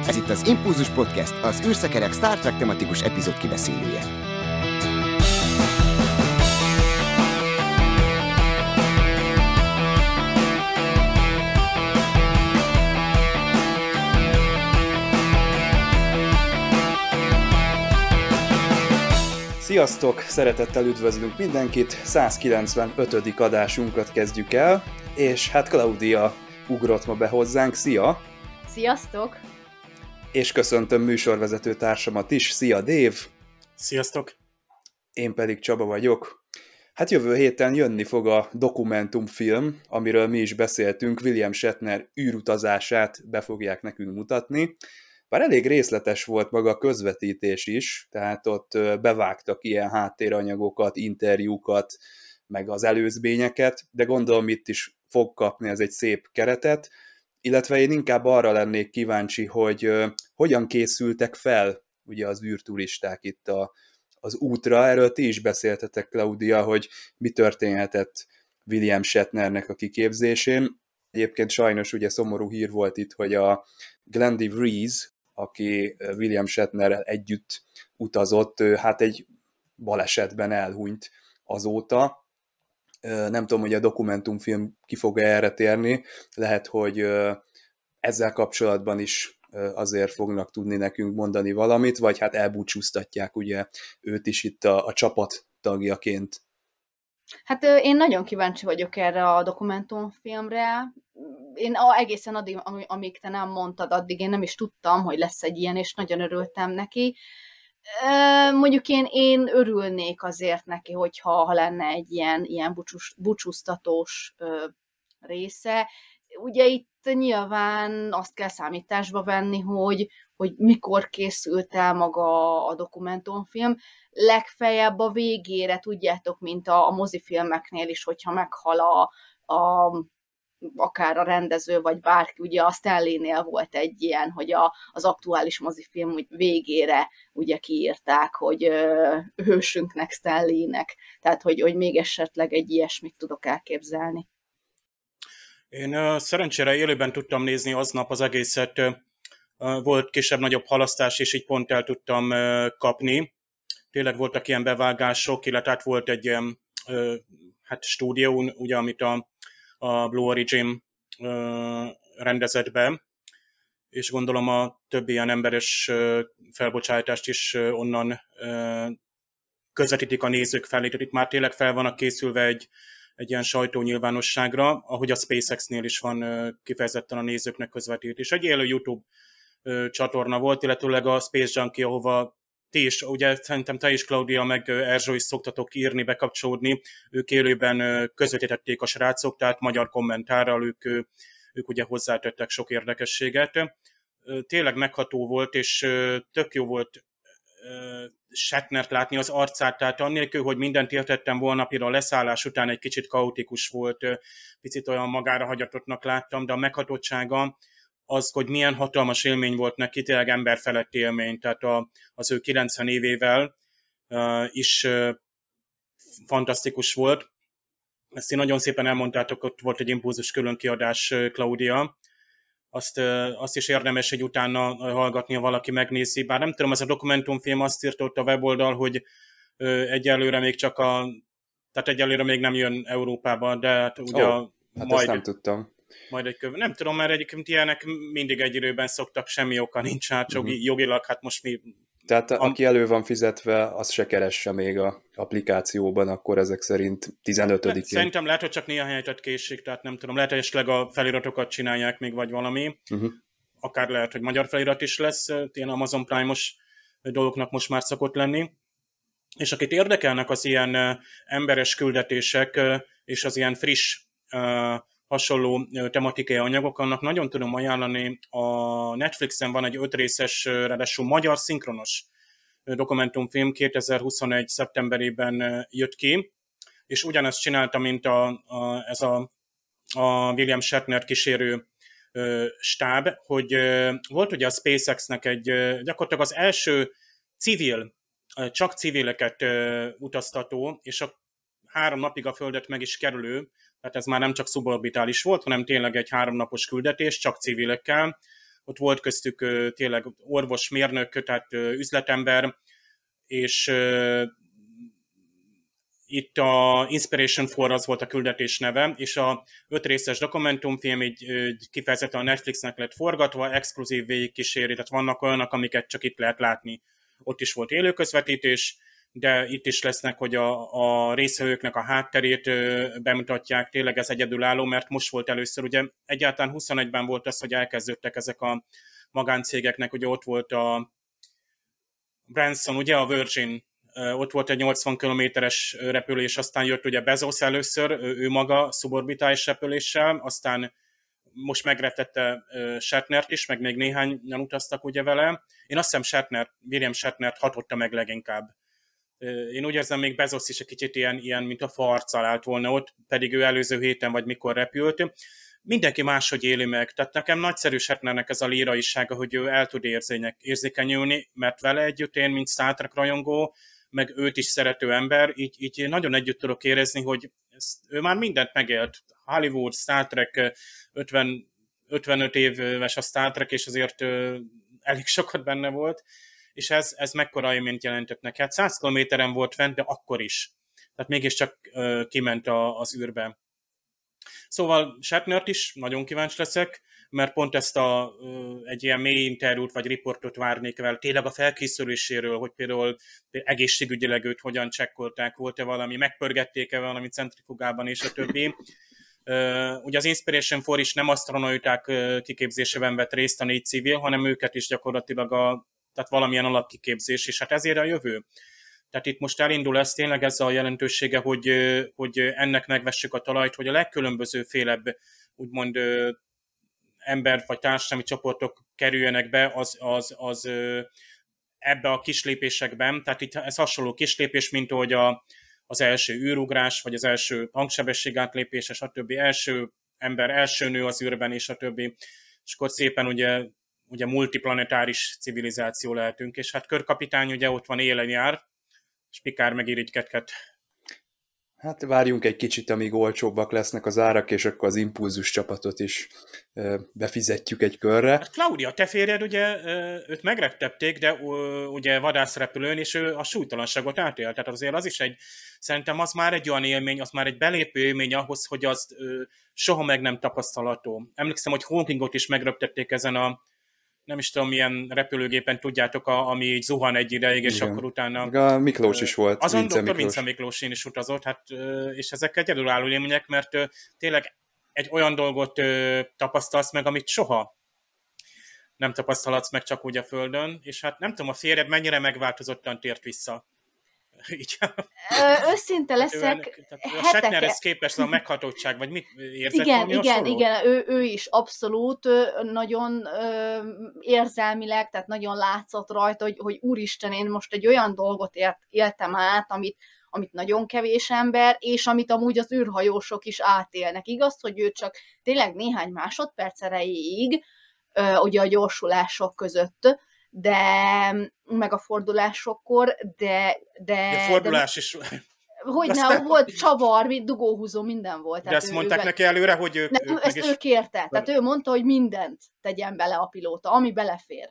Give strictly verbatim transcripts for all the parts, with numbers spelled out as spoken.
Ez itt az Impulzus Podcast, az űrszekerek Star Trek tematikus epizód kibeszélője. Sziasztok! Szeretettel üdvözlünk mindenkit! százkilencvenötödik adásunkat kezdjük el, és hát Claudia ugrott ma be hozzánk. Szia! Sziasztok! És köszöntöm műsorvezető társamat is. Szia, Dave! Sziasztok! Én pedig Csaba vagyok. Hát jövő héten jönni fog a dokumentumfilm, amiről mi is beszéltünk, William Shatner űrutazását be fogják nekünk mutatni. Bár elég részletes volt maga a közvetítés is, tehát ott bevágtak ilyen háttéranyagokat, interjúkat, meg az előzményeket, de gondolom itt is fog kapni ez egy szép keretet, illetve én inkább arra lennék kíváncsi, hogy uh, hogyan készültek fel ugye az űrturisták itt a, az útra. Erről ti is beszéltetek, Claudia, hogy mi történhetett William Shatnernek a kiképzésén. Egyébként sajnos ugye szomorú hír volt itt, hogy a Glendy Reese, aki William Shatnerrel együtt utazott, ő hát egy balesetben elhunyt azóta. Nem tudom, hogy a dokumentumfilm ki fog erre térni, lehet, hogy ezzel kapcsolatban is azért fognak tudni nekünk mondani valamit, vagy hát elbúcsúztatják ugye őt is itt a, a csapat tagjaként. Hát én nagyon kíváncsi vagyok erre a dokumentumfilmre. Én egészen addig, amíg te nem mondtad, addig én nem is tudtam, hogy lesz egy ilyen, és nagyon örültem neki. Mondjuk én, én örülnék azért neki, hogyha ha lenne egy ilyen, ilyen búcsús, búcsúztatós része. Ugye itt nyilván azt kell számításba venni, hogy, hogy mikor készült el maga a dokumentumfilm. Legfeljebb a végére, tudjátok, mint a, a mozifilmeknél is, hogyha meghal a, a akár a rendező, vagy bárki, ugye a Stanley-nél volt egy ilyen, hogy a, az aktuális mozifilm úgy végére ugye kiírták, hogy ö, hősünknek, Stanley-nek, tehát hogy, hogy még esetleg egy ilyesmit tudok elképzelni. Én uh, szerencsére élőben tudtam nézni aznap az egészet, uh, volt kisebb-nagyobb halasztás, és így pont el tudtam uh, kapni. Tényleg voltak ilyen bevágások, illetve hát volt egy ilyen uh, hát stúdió, ugye, amit a a Blue Origin uh, rendezett be, és gondolom a többi ilyen emberes uh, felbocsátást is uh, onnan uh, közvetítik a nézők felé. Tehát itt már tényleg fel vannak készülve egy, egy ilyen sajtónyilvánosságra, ahogy a SpaceX-nél is van uh, kifejezetten a nézőknek közvetítés. Egy élő YouTube uh, csatorna volt, illetőleg a Space Junkie, ahova ti is, ugye szerintem te is, Claudia, meg Erzsó is szoktatok írni, bekapcsolódni, ők élőben közvetítették a srácok, tehát magyar kommentárral ők, ők ugye hozzátettek sok érdekességet. Tényleg megható volt, és tök jó volt Shatnert látni, az arcát, tehát annélkül, hogy mindent értettem volna, például a leszállás után egy kicsit kaotikus volt, picit olyan magára hagyatottnak láttam, de a meghatottsága, az, hogy milyen hatalmas élmény volt neki, tényleg emberfeletti élmény, tehát a, az ő kilencven évével uh, is uh, fantasztikus volt. Ezt én nagyon szépen elmondtátok, ott volt egy impulzus különkiadás, uh, Claudia. Azt, uh, azt is érdemes, hogy utána hallgatni, ha valaki megnézi. Bár nem tudom, ez a dokumentumfilm azt írta ott a weboldal, hogy uh, egyelőre még csak a... Tehát egyelőre még nem jön Európába, de hát ugye oh, hát majd... ezt nem tudtam. Majd egy köv... Nem tudom, mert egyébként ilyenek mindig egy időben szoktak, semmi oka nincs, hát jogi, uh-huh. jogilag, hát most mi... Tehát a... aki elő van fizetve, az se keresse még a applikációban, akkor ezek szerint tizenötödikén. Szerintem lehet, hogy csak néha helyet késik, tehát nem tudom, lehet, hogy esetleg a feliratokat csinálják még, vagy valami. Uh-huh. Akár lehet, hogy magyar felirat is lesz, ilyen Amazon Prime-os dolgoknak most már szokott lenni. És akit érdekelnek az ilyen emberes küldetések, és az ilyen friss hasonló tematikai anyagok, annak nagyon tudom ajánlani. A Netflixen van egy öt részes, ráadásul magyar szinkronos dokumentumfilm, kétezer-huszonegy szeptemberében jött ki, és ugyanezt csinálta, mint a, a, ez a, a William Shatner kísérő ö, stáb, hogy ö, volt ugye a SpaceX-nek egy, ö, gyakorlatilag az első civil, ö, csak civileket ö, utaztató, és a három napig a Földet meg is kerülő, tehát ez már nem csak szuborbitális volt, hanem tényleg egy háromnapos küldetés, csak civilekkel, ott volt köztük ö, tényleg orvos, mérnök, tehát ö, üzletember, és ö, itt a Inspiration négy az volt a küldetés neve, és a öt részes dokumentumfilm így, így kifejezetten a Netflixnek lett forgatva, exkluzív végigkíséri, tehát vannak olyanok, amiket csak itt lehet látni. Ott is volt élő közvetítés, de itt is lesznek, hogy a, a részvevőknek a hátterét ö, bemutatják, tényleg ez egyedülálló, mert most volt először, ugye egyáltalán huszonegyben volt az, hogy elkezdődtek ezek a magáncégeknek, ugye ott volt a Branson, ugye a Virgin, ott volt egy nyolcvan kilométeres repülés, aztán jött ugye Bezos először, ő maga szuborbitális repüléssel, aztán most megrettette Shatnert is, meg még néhányan utaztak ugye vele. Én azt hiszem Shatner, William Shatnert hatotta meg leginkább. Én úgy érzem, még Bezos is egy kicsit ilyen, ilyen mint a farccal állt volna ott, pedig ő előző héten vagy mikor repült. Mindenki máshogy éli meg. Tehát nekem nagyszerű Shatnernek ez a líraisága, hogy ő el tud érzények, érzékenyülni, mert vele együtt én, mint Star Trek rajongó, meg őt is szerető ember, így, így nagyon együtt tudok érezni, hogy ezt, ő már mindent megélt. Hollywood, Star Trek, ötven, ötvenöt éves a Star Trek, és azért ö, elég sokat benne volt, és ez, ez mekkora élményt jelentett neki. Hát száz kilométeren volt fent, de akkor is. Tehát mégiscsak ö, kiment a, az űrbe. Szóval Shatnert is nagyon kíváncsi leszek, mert pont ezt a, egy ilyen mély interjút vagy riportot várnék vele, tényleg a felkészüléséről, hogy például egészségügyileg őt hogyan csekkolták, volt-e valami, megpörgették-e valami centrifugában, és a többi. Ugye az Inspiration négy is nem asztronauták kiképzésében vett részt a négy civil, hanem őket is gyakorlatilag a, tehát valamilyen alapkiképzés, és hát ezért a jövő. Tehát itt most elindul ez tényleg ez a jelentősége, hogy, hogy ennek megvessük a talajt, hogy a legkülönbözőfélebb úgymond ember vagy társadalmi csoportok kerüljenek be az, az, az ebbe a kislépésekben. Tehát itt ez hasonló kislépés, mint ahogy a, az első űrugrás, vagy az első hangsebesség átlépés, és a többi első ember, első nő az űrben, és a többi. És akkor szépen ugye, ugye multiplanetáris civilizáció lehetünk. És hát Körkapitány ugye ott van, élen jár, és Picard meg irigykedket. Hát várjunk egy kicsit, amíg olcsóbbak lesznek az árak, és akkor az impulzus csapatot is befizetjük egy körre. Hát Claudia, te férjed, ugye őt megrettették, de ugye vadászrepülőn, és ő a súlytalanságot átélt. Tehát azért az is egy, szerintem az már egy olyan élmény, az már egy belépő élmény ahhoz, hogy az soha meg nem tapasztalható. Emlékszem, hogy Hawkingot is megreptették ezen a nem is tudom, milyen repülőgépen tudjátok, a, ami így zuhan egy ideig, és igen. Akkor utána... Meg a Miklós is volt. Azon doktor Vince Miklós is utazott, hát, és ezek egyedülálló élmények, mert tényleg egy olyan dolgot tapasztalsz meg, amit soha nem tapasztalhatsz meg csak úgy a Földön, és hát nem tudom, a férjed mennyire megváltozottan tért vissza. Így. Ö, őszinte leszek, a Shatnerhez képest a meghatottság, vagy mit érzett? Igen, igen, igen, ő, ő is abszolút nagyon ö, érzelmileg, tehát nagyon látszott rajta, hogy, hogy úristen, én most egy olyan dolgot ért, éltem át, amit, amit nagyon kevés ember, és amit amúgy az űrhajósok is átélnek. Igaz, hogy ő csak tényleg néhány másodperc erejéig, ö, ugye a gyorsulások között, de meg a fordulásokkor, de... de a fordulás de, is... Hogy nem, volt csavar, dugóhúzó, minden volt. De ezt mondták ő, neki előre, hogy ők... Nem, ők ezt is... ő kérte. Tehát ő mondta, hogy mindent tegyen bele a pilóta, ami belefér.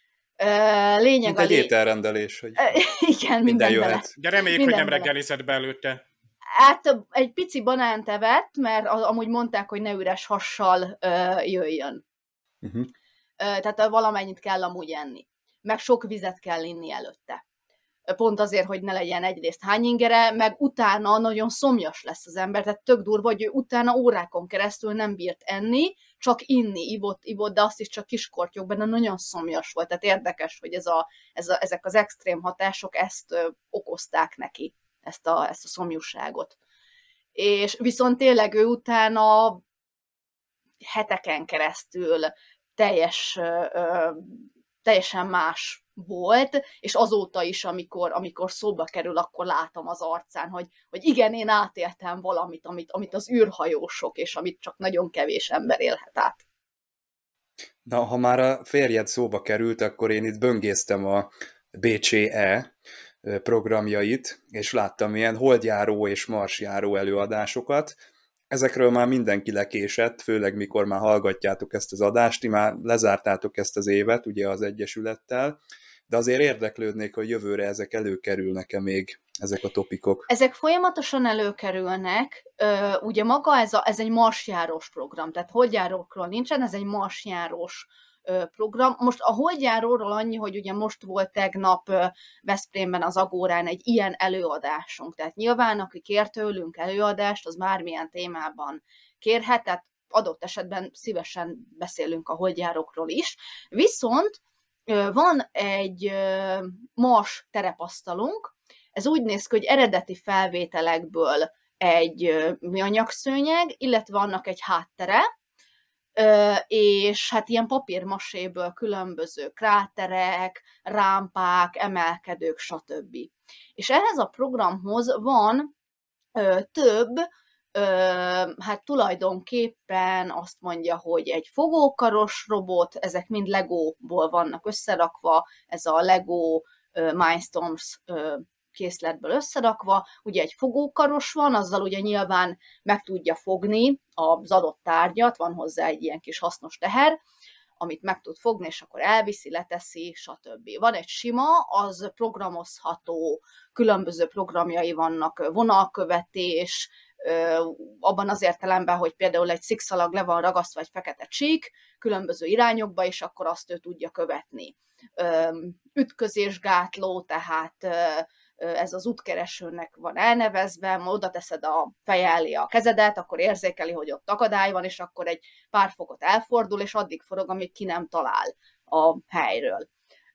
Lényeg Mint a egy lé... ételrendelés, hogy igen, minden jöhet. Bele. De reméljük, minden hogy nem reggelizett be előtte. Hát egy pici banánt evett, mert amúgy mondták, hogy ne üres hassal uh, jöjjön. Uh-huh. Uh, tehát valamennyit kell amúgy enni. Meg sok vizet kell inni előtte. Pont azért, hogy ne legyen egyrészt hányingere, meg utána nagyon szomjas lesz az ember, tehát tök durva, hogy ő utána órákon keresztül nem bírt enni, csak inni, ivott, ivott, de azt is csak kiskortyokban, de nagyon szomjas volt, tehát érdekes, hogy ez a, ez a, ezek az extrém hatások ezt ö, okozták neki, ezt a, ezt a szomjúságot. És viszont tényleg ő utána heteken keresztül teljes, ö, ö, teljesen más volt, és azóta is, amikor, amikor szóba kerül, akkor látom az arcán, hogy, hogy igen, én átéltem valamit, amit, amit az űrhajósok, és amit csak nagyon kevés ember élhet át. Na, ha már a férjed szóba került, akkor én itt böngésztem a bé cé é programjait, és láttam ilyen holdjáró és marsjáró előadásokat, ezekről már mindenki lekésett, főleg mikor már hallgatjátok ezt az adást, ti már lezártátok ezt az évet, ugye az Egyesülettel, de azért érdeklődnék, hogy jövőre ezek előkerülnek-e még, ezek a topikok. Ezek folyamatosan előkerülnek, ugye maga ez, a, ez egy marsjárós program, tehát holdjárókról nincsen, ez egy marsjárós program. Most a holdjáróról annyi, hogy ugye most volt tegnap Veszprémben az Agórán egy ilyen előadásunk, tehát nyilván aki kér tőlünk előadást, az bármilyen témában kérhet, tehát adott esetben szívesen beszélünk a holdjárókról is, viszont van egy Mars terepasztalunk, ez úgy néz ki, hogy eredeti felvételekből egy műanyagszőnyeg, illetve annak egy háttere, és hát ilyen papírmaséből különböző kráterek, rámpák, emelkedők, stb. És ehhez a programhoz van több, hát tulajdonképpen azt mondja, hogy egy fogókaros robot, ezek mind Legóból vannak összerakva, ez a Lego Mindstorms készletből összerakva, ugye egy fogókaros van, azzal ugye nyilván meg tudja fogni az adott tárgyat, van hozzá egy ilyen kis hasznos teher, amit meg tud fogni, és akkor elviszi, leteszi, stb. Van egy sima, az programozható, különböző programjai vannak, vonalkövetés, abban az értelemben, hogy például egy szikszalag le van ragasztva egy fekete csík, különböző irányokba, és akkor azt ő tudja követni. Ütközésgátló, tehát ez az útkeresőnek van elnevezve, oda teszed a feje elé a kezedet, akkor érzékeli, hogy ott akadály van, és akkor egy pár fokot elfordul, és addig forog, amíg ki nem talál a helyről.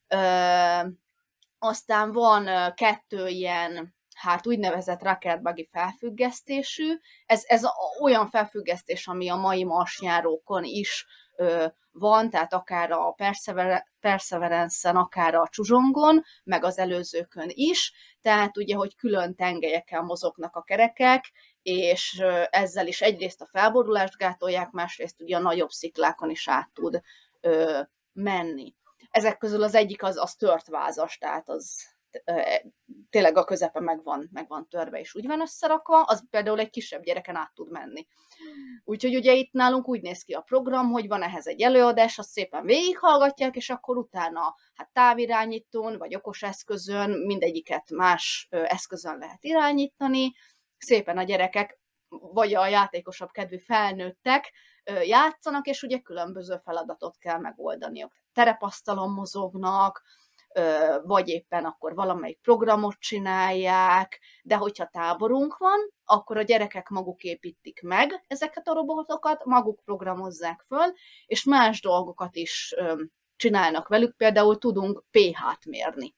Aztán van kettő ilyen, hát úgynevezett rocket buggy felfüggesztésű. Ez, ez olyan felfüggesztés, ami a mai marsjárókon is ö, van, tehát akár a Persever- Perseverance-en, akár a Csuzsongon, meg az előzőkön is. Tehát ugye, hogy külön tengelyekkel mozognak a kerekek, és ö, ezzel is egyrészt a felborulást gátolják, másrészt ugye a nagyobb sziklákon is át tud ö, menni. Ezek közül az egyik az, az tört vázas, tehát az tényleg a közepe meg van, meg van törve, és úgy van összerakva, az például egy kisebb gyereken át tud menni. Úgyhogy ugye itt nálunk úgy néz ki a program, hogy van ehhez egy előadás, azt szépen végighallgatják, és akkor utána hát távirányítón, vagy okos eszközön, mindegyiket más eszközön lehet irányítani, szépen a gyerekek, vagy a játékosabb kedvű felnőttek játszanak, és ugye különböző feladatot kell megoldaniuk. Terepasztalon mozognak, vagy éppen akkor valamelyik programot csinálják, de hogyha táborunk van, akkor a gyerekek maguk építik meg ezeket a robotokat, maguk programozzák föl, és más dolgokat is csinálnak velük, például tudunk pé há-t mérni.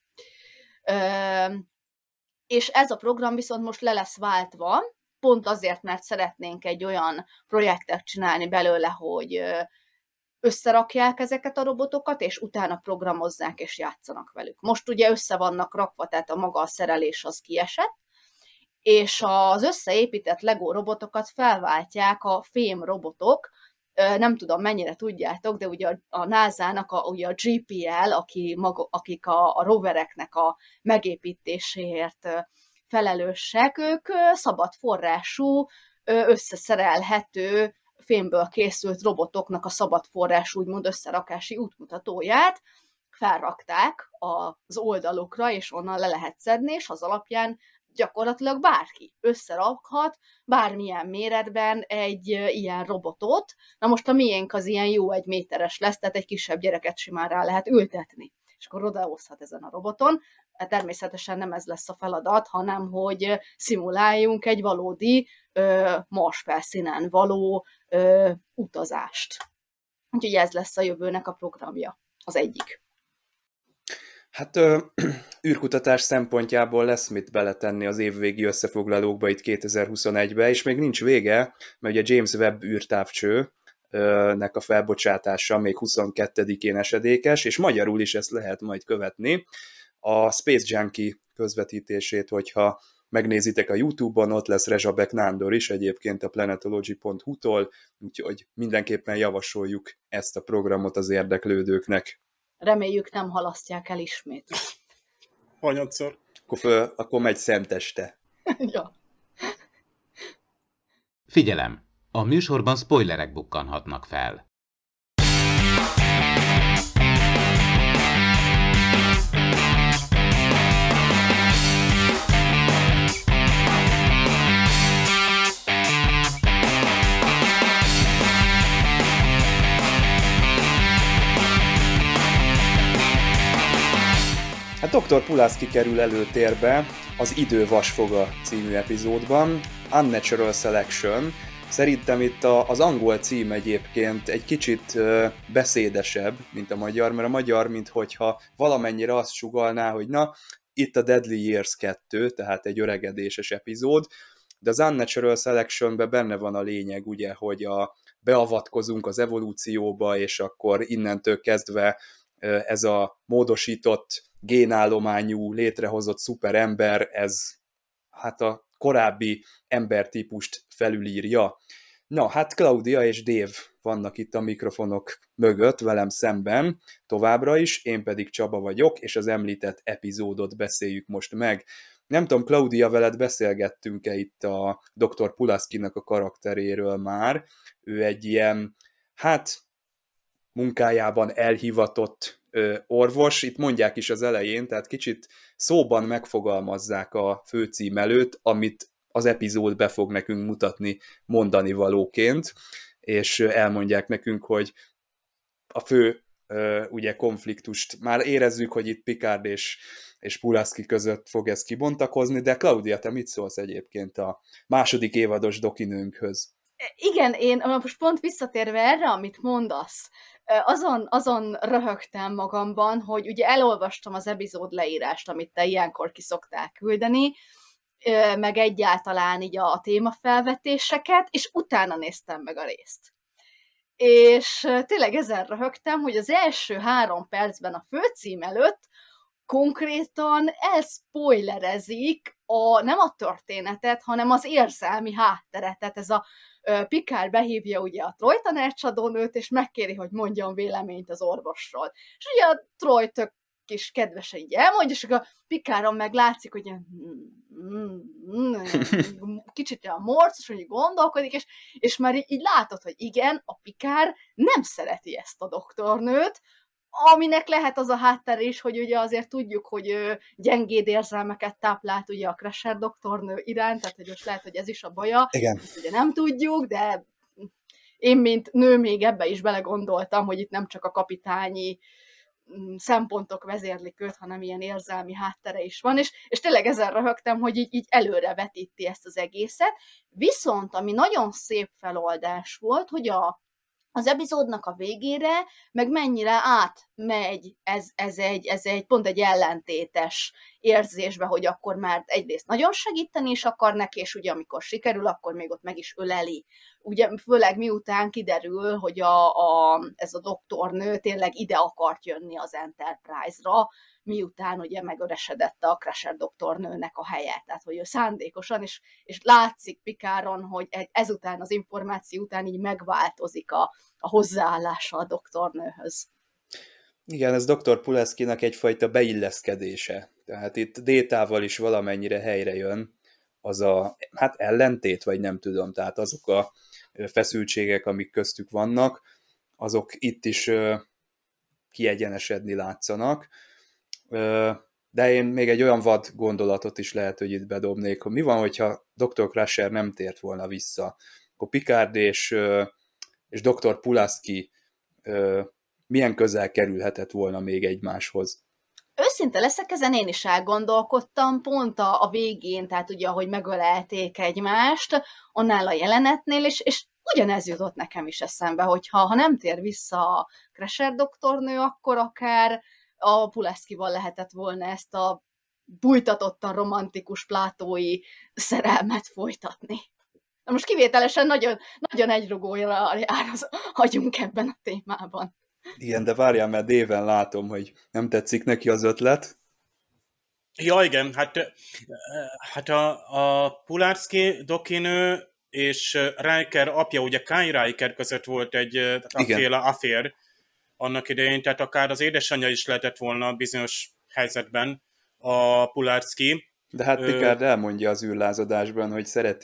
És ez a program viszont most le lesz váltva, pont azért, mert szeretnénk egy olyan projektet csinálni belőle, hogy összerakják ezeket a robotokat, és utána programozzák és játszanak velük. Most ugye össze vannak rakva, tehát a maga a szerelés az kiesett, és az összeépített Lego robotokat felváltják a fém robotok. Nem tudom, mennyire tudjátok, de ugye a nászának a, ugye a gé pé el, aki maga, akik a, a rovereknek a megépítéséért felelősek, ők szabad forrású, összeszerelhető, fémből készült robotoknak a szabad forrás, úgymond összerakási útmutatóját felrakták az oldalukra, és onnan le lehet szedni, és az alapján gyakorlatilag bárki összerakhat bármilyen méretben egy ilyen robotot. Na most a miénk az ilyen jó egy méteres lesz, tehát egy kisebb gyereket simán rá lehet ültetni, és akkor odaoszthat ezen a roboton. Természetesen nem ez lesz a feladat, hanem hogy szimuláljunk egy valódi ö, Mars felszínen való ö, utazást. Úgyhogy ez lesz a jövőnek a programja, az egyik. Hát ö, űrkutatás szempontjából lesz mit beletenni az évvégi összefoglalókba itt kétezer-huszonegybe, és még nincs vége, mert ugye James Webb űrtávcső nek a felbocsátása még huszonkettedikén esedékes, és magyarul is ezt lehet majd követni. A Space Junkie közvetítését, hogyha megnézitek a YouTube-on, ott lesz Rezsabek Nándor is egyébként a planetology pont hu-tól, úgyhogy mindenképpen javasoljuk ezt a programot az érdeklődőknek. Reméljük nem halasztják el ismét. Hanyatszor? Akkor, föl, akkor megy szenteste. Ja. Figyelem! A műsorban spoilerek bukkanhatnak fel. Hát doktor Pulaski kerül előtérbe az Idő vasfoga című epizódban, Unnatural Selection. Szerintem itt a, az angol cím egyébként egy kicsit ö, beszédesebb, mint a magyar, mert a magyar, minthogyha valamennyire azt sugallná, hogy na, itt a Deadly Years kettő, tehát egy öregedéses epizód, de az Unnatural Selectionben benne van a lényeg, ugye, hogy a, beavatkozunk az evolúcióba, és akkor innentől kezdve ö, ez a módosított génállományú, létrehozott szuperember, ez hát a korábbi embertípust felülírja. Na, hát Claudia és Dave vannak itt a mikrofonok mögött, velem szemben, továbbra is, én pedig Csaba vagyok, és az említett epizódot beszéljük most meg. Nem tudom, Claudia, veled beszélgettünk-e itt a doktor Pulaskinak a karakteréről már. Ő egy ilyen, hát munkájában elhivatott ö, orvos, itt mondják is az elején, tehát kicsit szóban megfogalmazzák a főcím előtt, amit az epizód be fog nekünk mutatni mondani valóként, és elmondják nekünk, hogy a fő ö, ugye konfliktust már érezzük, hogy itt Picard és, és Pulaski között fog ez kibontakozni, de Claudia, te mit szólsz egyébként a második évados dokinőnkhöz? Igen, én most pont visszatérve erre, amit mondasz, azon, azon röhögtem magamban, hogy ugye elolvastam az epizód leírást, amit te ilyenkor ki szoktál küldeni, meg egyáltalán így a, a témafelvetéseket, és utána néztem meg a részt. És tényleg ezen röhögtem, hogy az első három percben a főcím előtt konkrétan elspoilerezik a, nem a történetet, hanem az érzelmi hátteret. Tehát ez a Picard behívja ugye a Troy tanácsadónőt, és megkéri, hogy mondjon véleményt az orvosról. És ugye a Troy tök kis kedvesen így elmondja, és akkor a Picardon meg látszik, hogy kicsit olyan morcos, hogy gondolkodik, és, és már így, így látod, hogy igen, a Picard nem szereti ezt a doktornőt, aminek lehet az a háttér is, hogy ugye azért tudjuk, hogy gyengéd érzelmeket táplált ugye a Crusher doktornő iránt, tehát hogy most lehet, hogy ez is a baja. Igen. Ezt ugye nem tudjuk, de én, mint nő még ebbe is belegondoltam, hogy itt nem csak a kapitányi szempontok vezérlik őt, hanem ilyen érzelmi háttere is van, és, és tényleg ezen röhögtem, hogy így, így előre vetíti ezt az egészet. Viszont, ami nagyon szép feloldás volt, hogy a az epizódnak a végére, meg mennyire átmegy ez, ez, egy, ez egy pont egy ellentétes érzésbe, hogy akkor már egyrészt nagyon segíteni is akar neki, és ugye amikor sikerül, akkor még ott meg is öleli. Ugye főleg miután kiderül, hogy a, a, ez a doktornő tényleg ide akart jönni az Enterprise-ra, miután ugye megöresedett a Crusher doktornőnek a helye. Tehát, hogy ő szándékosan, és, és látszik Picardon, hogy ezután az információ után így megváltozik a, a hozzáállása a doktornőhöz. Igen, ez doktor Pulaskinak egyfajta beilleszkedése. Tehát itt Détával is valamennyire helyre jön az a, hát ellentét, vagy nem tudom, tehát azok a feszültségek, amik köztük vannak, azok itt is kiegyenesedni látszanak. De én még egy olyan vad gondolatot is lehet, hogy itt bedobnék, hogy mi van, hogyha doktor Crusher nem tért volna vissza, akkor Picard és, és doktor Pulaski milyen közel kerülhetett volna még egymáshoz. Őszinte leszek, ezen én is elgondolkodtam, pont a, a végén, tehát ugye, ahogy megölelték egymást, onnál a jelenetnél, és, és ugyanez jutott nekem is eszembe, hogy ha, ha nem tér vissza a Crusher doktornő, akkor akár a Pulaskival lehetett volna ezt a bújtatottan romantikus plátói szerelmet folytatni. Na most kivételesen nagyon, nagyon egyrugóra hagyunk ebben a témában. Igen, de várjál, mert Déven látom, hogy nem tetszik neki az ötlet. Ja, igen, hát, hát a, a Pulaski dokinő és Riker apja, ugye Kai Riker között volt egy aféle affair annak idején, tehát akár az édesanyja is lehetett volna bizonyos helyzetben a Pulaski. De hát Picard elmondja az űrlázadásban, hogy szereti a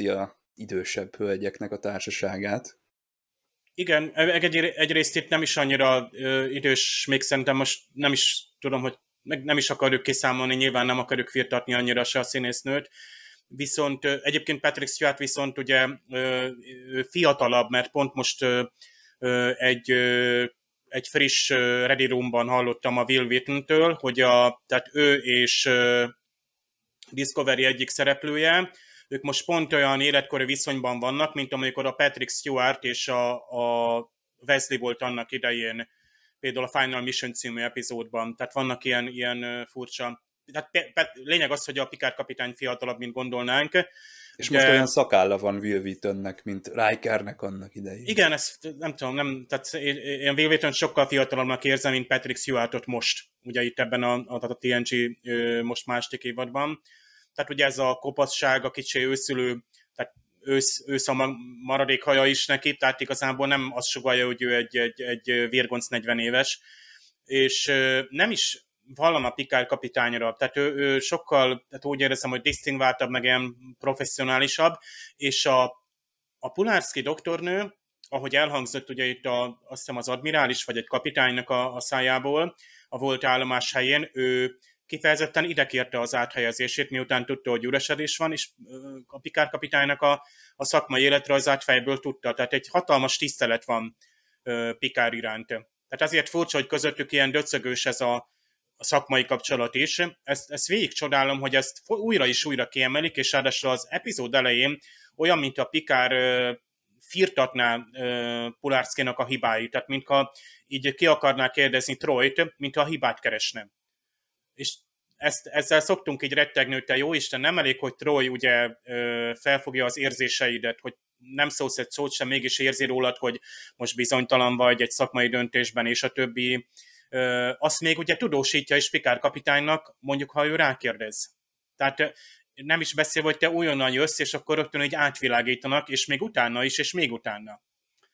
idősebb hölgyeknek a társaságát. Igen, egy, egyrészt itt nem is annyira ö, idős, még szerintem most nem is tudom, hogy meg nem is akarjuk kiszámolni, nyilván nem akarjuk firtatni annyira se a színésznőt, viszont ö, egyébként Patrick Stewart viszont ugye ö, ö, fiatalabb, mert pont most ö, ö, egy, ö, egy friss ö, Ready Roomban hallottam a Will Wheaton-től, hogy a, tehát ő és ö, Discovery egyik szereplője, ők most pont olyan életkori viszonyban vannak, mint amikor a Patrick Stewart és a, a Wesley volt annak idején, például a Final Mission című epizódban. Tehát vannak ilyen, ilyen furcsa... Tehát lényeg az, hogy a Picard kapitány fiatalabb, mint gondolnánk. És de... most olyan szakálla van Will Wheatonnek, mint Rikernek annak idején. Igen, ezt nem tudom, nem, tehát én Will Wheaton sokkal fiatalabbnak érzem, mint Patrick Stewartot most, ugye itt ebben a, a, a té en gé most második évadban. Tehát ugye ez a kopaszság, a kicsi őszülő, tehát ősz, ősz a maradék haja is neki, tehát igazából nem azt sugallja, hogy ő egy, egy, egy virgonc negyven éves, és nem is vallan a Picard kapitányra, tehát ő, ő sokkal, tehát úgy érzem, hogy disztingváltabb, meg ilyen professzionálisabb, és a, a Pulaski doktornő, ahogy elhangzott ugye itt a, azt hiszem az admirális, vagy egy kapitánynak a, a szájából, a volt állomás helyén, ő kifejezetten ide kérte az áthelyezését, miután tudta, hogy üresedés van, és a Picard kapitánynak a, a szakmai életrajzát fejből tudta. Tehát egy hatalmas tisztelet van Picard iránt. Tehát ezért furcsa, hogy közöttük ilyen döcögős ez a, a szakmai kapcsolat is. Ezt, ezt végig csodálom, hogy ezt újra és újra kiemelik, és ráadásul az epizód elején olyan, mint a Picard firtatná Pulaskinak a hibáit, tehát mintha így ki akarná kérdezni Troyt, mintha a hibát keresne. És ezt, ezzel szoktunk így rettegni, hogy te jó Isten, nem elég, hogy Troy ugye felfogja az érzéseidet, hogy nem szólsz egy szót sem, mégis érzi rólad, hogy most bizonytalan vagy egy szakmai döntésben, és a többi. Azt még ugye tudósítja is Picard kapitánynak, mondjuk, ha ő rákérdez. Tehát nem is beszél, hogy te újonnan jössz, és akkor rögtön így átvilágítanak, és még utána is, és még utána.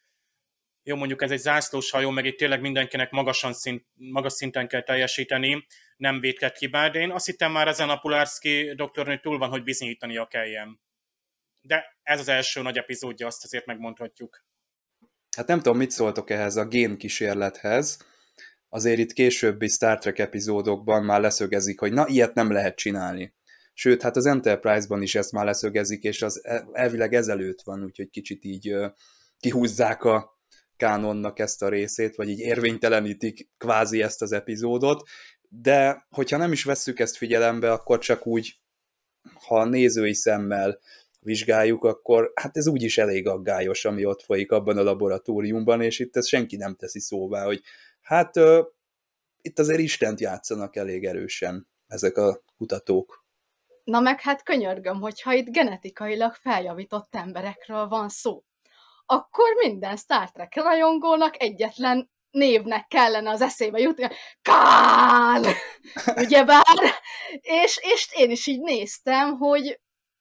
Jó, mondjuk ez egy zászlós hajó, meg itt tényleg mindenkinek magasan szint, magas szinten kell teljesíteni, nem védket hibát, de én azt hittem már ezen a Pulaski doktornő túl van, hogy bizonyítania kelljen. De ez az első nagy epizódja, azt azért megmondhatjuk. Hát nem tudom, mit szóltok ehhez a génkísérlethez. Azért itt későbbi Star Trek epizódokban már leszögezik, hogy na, ilyet nem lehet csinálni. Sőt, hát az Enterprise-ban is ezt már leszögezik, és az elvileg ezelőtt van, úgyhogy kicsit így uh, kihúzzák a kánonnak ezt a részét, vagy így érvénytelenítik kvázi ezt az epizódot, de hogyha nem is vesszük ezt figyelembe, akkor csak úgy, ha nézői szemmel vizsgáljuk, akkor hát ez úgyis elég aggályos, ami ott folyik abban a laboratóriumban, és itt ezt senki nem teszi szóvá, hogy hát uh, itt azért Istent játszanak elég erősen ezek a kutatók. Na meg hát könyörgöm, hogyha itt genetikailag feljavított emberekről van szó, akkor minden Star Trek rajongónak egyetlen névnek kellene az eszébe jutni, Kán! Ugyebár? és, és én is így néztem, hogy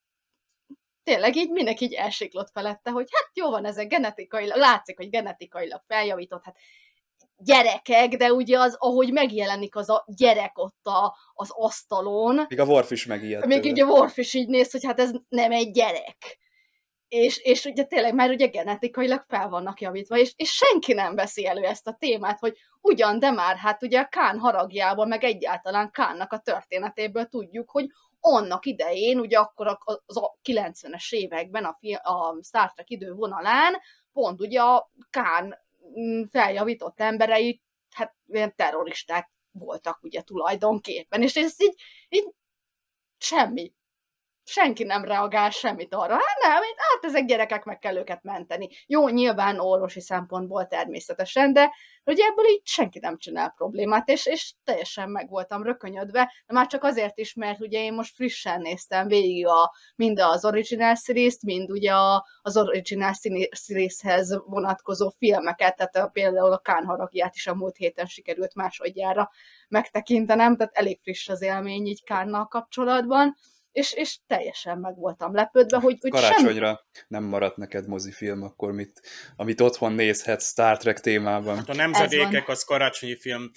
tényleg így mindenki így elsiklott felette, hogy hát jó van, ezek genetikailag, látszik, hogy genetikailag feljavított, hát gyerekek, de ugye az, ahogy megjelenik az a gyerek ott a, az asztalon. Még a Worf is megijedt. Még ugye a Worf is így néz, hogy hát ez nem egy gyerek. És, és ugye tényleg már ugye genetikailag fel vannak javítva, és, és senki nem veszi elő ezt a témát, hogy ugyan, de már hát ugye a Kán haragjából, meg egyáltalán Kánnak a történetéből tudjuk, hogy annak idején, ugye akkor az a kilencvenes években a, a Star Trek idővonalán pont ugye a Kán feljavított emberei, hát ilyen terroristák voltak ugye tulajdonképpen, és ez így, így semmi. Senki nem reagál semmit arra. Hát nem, hát ezek gyerekek, meg kell őket menteni. Jó, nyilván orvosi szempontból természetesen, de ugye ebből így senki nem csinál problémát, és, és teljesen meg voltam rökönyödve, de már csak azért is, mert ugye én most frissen néztem végig a, mind az original series-t, mind ugye a, az original series-hez vonatkozó filmeket, tehát a, például a Kán haragját is a múlt héten sikerült másodjára megtekintenem, tehát elég friss az élmény így Kánnal kapcsolatban. És, és teljesen meg voltam lepődve, hogy, hogy karácsonyra semmi... nem maradt neked mozifilm, akkor mit, amit otthon nézhetsz Star Trek témában. Hát a Nemzedékek az karácsonyi film.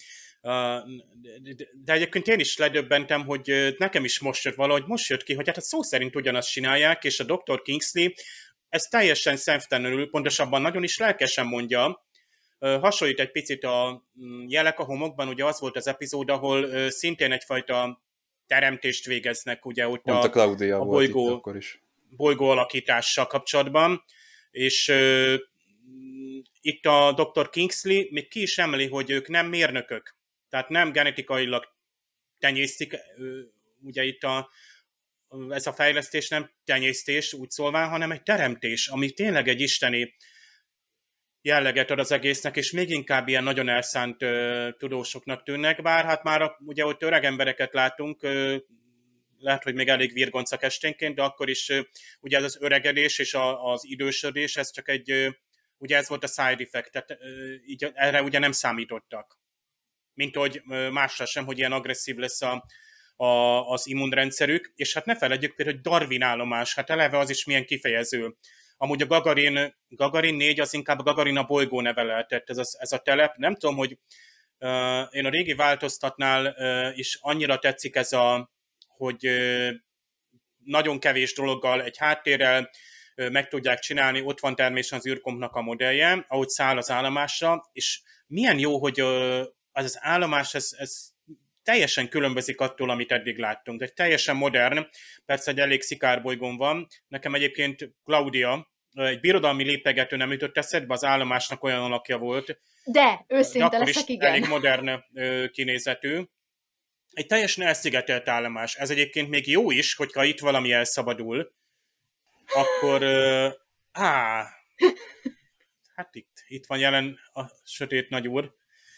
De egyébként én is ledöbbentem, hogy nekem is most jött valahogy, most jött ki, hogy hát szó szerint ugyanazt csinálják, és a doktor Kingsley ez teljesen szemtelenül, pontosabban nagyon is lelkesen mondja, hasonlít egy picit a Jelek a homokban, ugye az volt az epizód, ahol szintén egyfajta teremtést végeznek, ugye ott Pont a, a, Claudia a volt bolygó, itt akkor is. bolygó alakítással kapcsolatban, és uh, itt a doktor Kingsley még ki is emeli, hogy ők nem mérnökök, tehát nem genetikailag tenyésztik, uh, ugye itt a, ez a fejlesztés nem tenyésztés úgy szólván, hanem egy teremtés, ami tényleg egy isteni jelleget ad az egésznek, és még inkább ilyen nagyon elszánt uh, tudósoknak tűnnek, bár hát már ugye ott öreg embereket látunk, uh, lehet, hogy még elég virgoncak esténként, de akkor is uh, ugye ez az öregedés és a, az idősödés, ez csak egy, uh, ugye ez volt a side effect, tehát uh, így erre ugye nem számítottak. Mint hogy uh, másra sem, hogy ilyen agresszív lesz a, a, az immunrendszerük, és hát ne feledjük például, hogy Darwin állomás, hát eleve az is milyen kifejező. Amúgy a Gagarin, Gagarin négy, az inkább a Gagarin a bolygó neve lehetett, ez a, ez a telep. Nem tudom, hogy uh, én a régi változtatnál uh, is annyira tetszik ez a, hogy uh, nagyon kevés dologgal, egy háttérrel uh, meg tudják csinálni, ott van természetesen az űrkompnak a modellje, ahogy száll az állomásra, és milyen jó, hogy uh, az az állomás, ez, ez teljesen különbözik attól, amit eddig láttunk. Egy teljesen modern, persze egy elég szikárbolygón van. Nekem egyébként Claudia, egy birodalmi lépegető nem jutott eszedbe, az állomásnak olyan alakja volt. De, őszinte de akkor leszek, is igen. elég modern kinézetű. Egy teljesen elszigetelt állomás. Ez egyébként még jó is, hogyha itt valami elszabadul, akkor á, hát itt, itt van jelen a sötét nagyúr.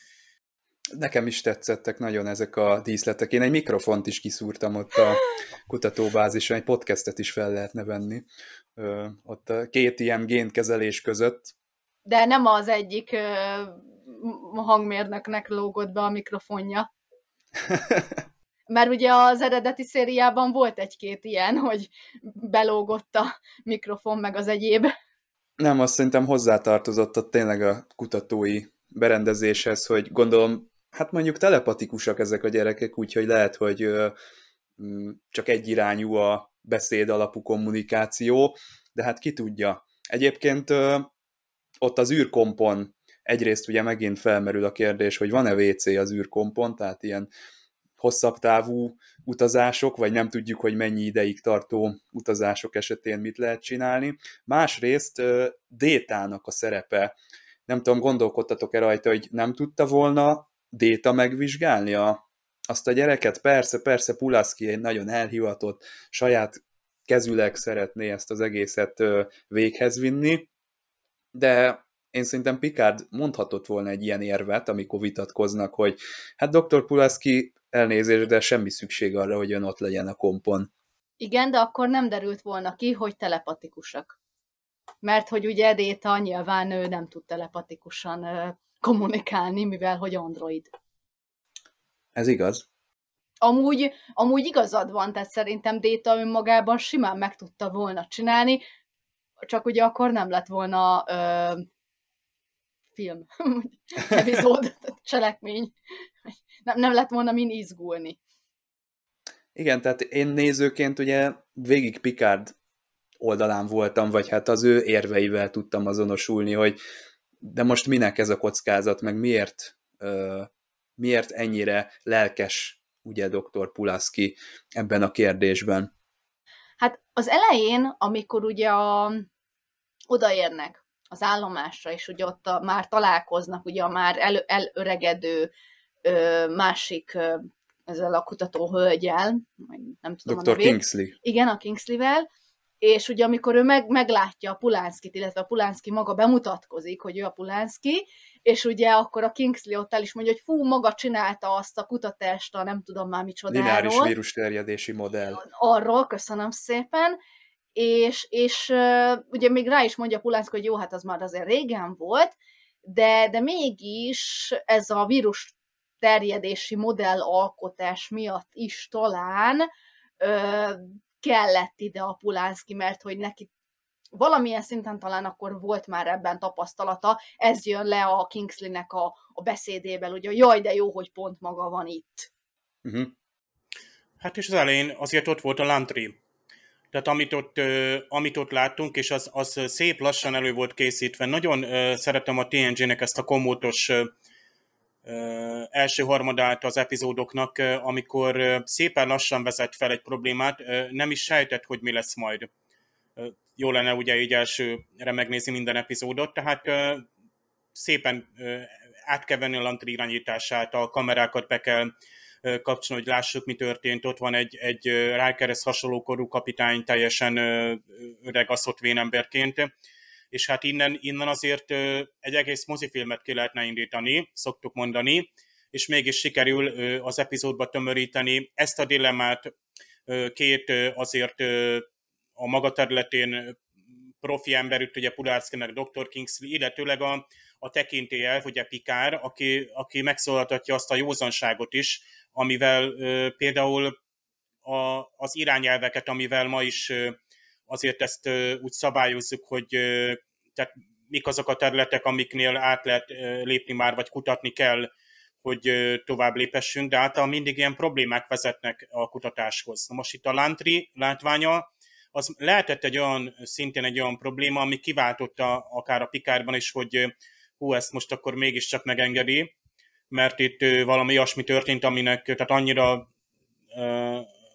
Nekem is tetszettek nagyon ezek a díszletek. Én egy mikrofont is kiszúrtam ott a kutatóbázison, egy podcastet is fel lehetne venni. Ö, ott a két ilyen génkezelés között. De nem az egyik ö, hangmérnöknek lógott be a mikrofonja. Mert ugye az eredeti szériában volt egy-két ilyen, hogy belógott a mikrofon meg az egyéb. Nem, azt szerintem hozzátartozott ott tényleg a kutatói berendezéshez, hogy gondolom, hát mondjuk telepatikusak ezek a gyerekek, úgyhogy lehet, hogy ö, csak egyirányú a beszéd alapú kommunikáció, de hát ki tudja. Egyébként ö, ott az űrkompon egyrészt ugye megint felmerül a kérdés, hogy van-e vé cé az űrkompon, tehát ilyen hosszabb távú utazások, vagy nem tudjuk, hogy mennyi ideig tartó utazások esetén mit lehet csinálni. Másrészt Détának a szerepe, nem tudom, gondolkodtatok-e rajta, hogy nem tudta volna Déta megvizsgálni a, azt a gyereket? Persze, persze, Pulaski egy nagyon elhivatott, saját kezüleg szeretné ezt az egészet véghez vinni, de én szerintem Picard mondhatott volna egy ilyen érvet, amikor vitatkoznak, hogy hát doktor Pulaski elnézést, de semmi szükség arra, hogy ön ott legyen a kompon. Igen, de akkor nem derült volna ki, hogy telepatikusak. Mert hogy ugye Déta nyilván ő nem tud telepatikusan uh, kommunikálni, mivel hogy android. Ez igaz. Amúgy, amúgy igazad van, tehát szerintem Déta önmagában simán meg tudta volna csinálni, csak ugye akkor nem lett volna uh, film, epizód, cselekmény. Nem, nem lett volna min izgulni. Igen, tehát én nézőként ugye végig Picard oldalán voltam, vagy hát az ő érveivel tudtam azonosulni, hogy de most minek ez a kockázat, meg miért, uh, miért ennyire lelkes ugye doktor Pulaski ebben a kérdésben. Hát az elején, amikor ugye a, odaérnek az állomásra, és ugye ott a, már találkoznak ugye a már el, elöregedő ö, másik ö, ezzel a kutató hölgyel, nem tudom doktor a nevét. Kingsley. Igen, a Kingsley-vel, és ugye amikor ő meg, meglátja a Pulánszkit, illetve a Pulánszki maga bemutatkozik, hogy ő a Pulánszki, és ugye akkor a Kingsley ott el is mondja, hogy fú, maga csinálta azt a kutatást, a nem tudom már micsodáról. Lineáris vírusterjedési modell. Arról, köszönöm szépen. És, és uh, ugye még rá is mondja Pulánszki, hogy jó, hát az már azért régen volt, de, de mégis ez a vírus terjedési modellalkotás miatt is talán uh, kellett ide a Pulánszki, mert hogy neki valamilyen szinten talán akkor volt már ebben tapasztalata, ez jön le a Kingsleynek a, a beszédéből, ugye jaj, de jó, hogy pont maga van itt. Uh-huh. Hát és az elején azért ott volt a Lantry. Tehát amit ott, amit ott láttunk, és az, az szép lassan elő volt készítve. Nagyon szeretem a té en gé-nek ezt a komótos első harmadát az epizódoknak, amikor szépen lassan vezet fel egy problémát, nem is sejtett, hogy mi lesz majd. Jó lenne ugye így elsőre megnézni minden epizódot, tehát szépen át kell venni a Lantry irányítását, a kamerákat be kell kapcsolni, hogy lássuk, mi történt. Ott van egy, egy Rikerhez hasonló korú kapitány, teljesen öreg, asszott vénemberként, és hát innen, innen azért egy egész mozifilmet ki lehetne indítani, szoktuk mondani, és mégis sikerül az epizódba tömöríteni ezt a dilemmát, két azért a maga területén profi emberült, ugye Pulaski meg doktor Kingsley, illetőleg a, a tekintélyelv, ugye Picard, aki, aki megszólaltatja azt a józanságot is, amivel ö, például a, az irányelveket, amivel ma is ö, azért ezt ö, úgy szabályozzuk, hogy ö, tehát mik azok a területek, amiknél át lehet ö, lépni már, vagy kutatni kell, hogy ö, tovább léphessünk, de általában mindig ilyen problémák vezetnek a kutatáshoz. Na most itt a Lantry látványa, az lehetett egy olyan, szintén egy olyan probléma, ami kiváltotta akár a Picardban is, hogy hú, ezt most akkor mégiscsak megengedi, mert itt valami olyasmi történt, aminek tehát annyira uh,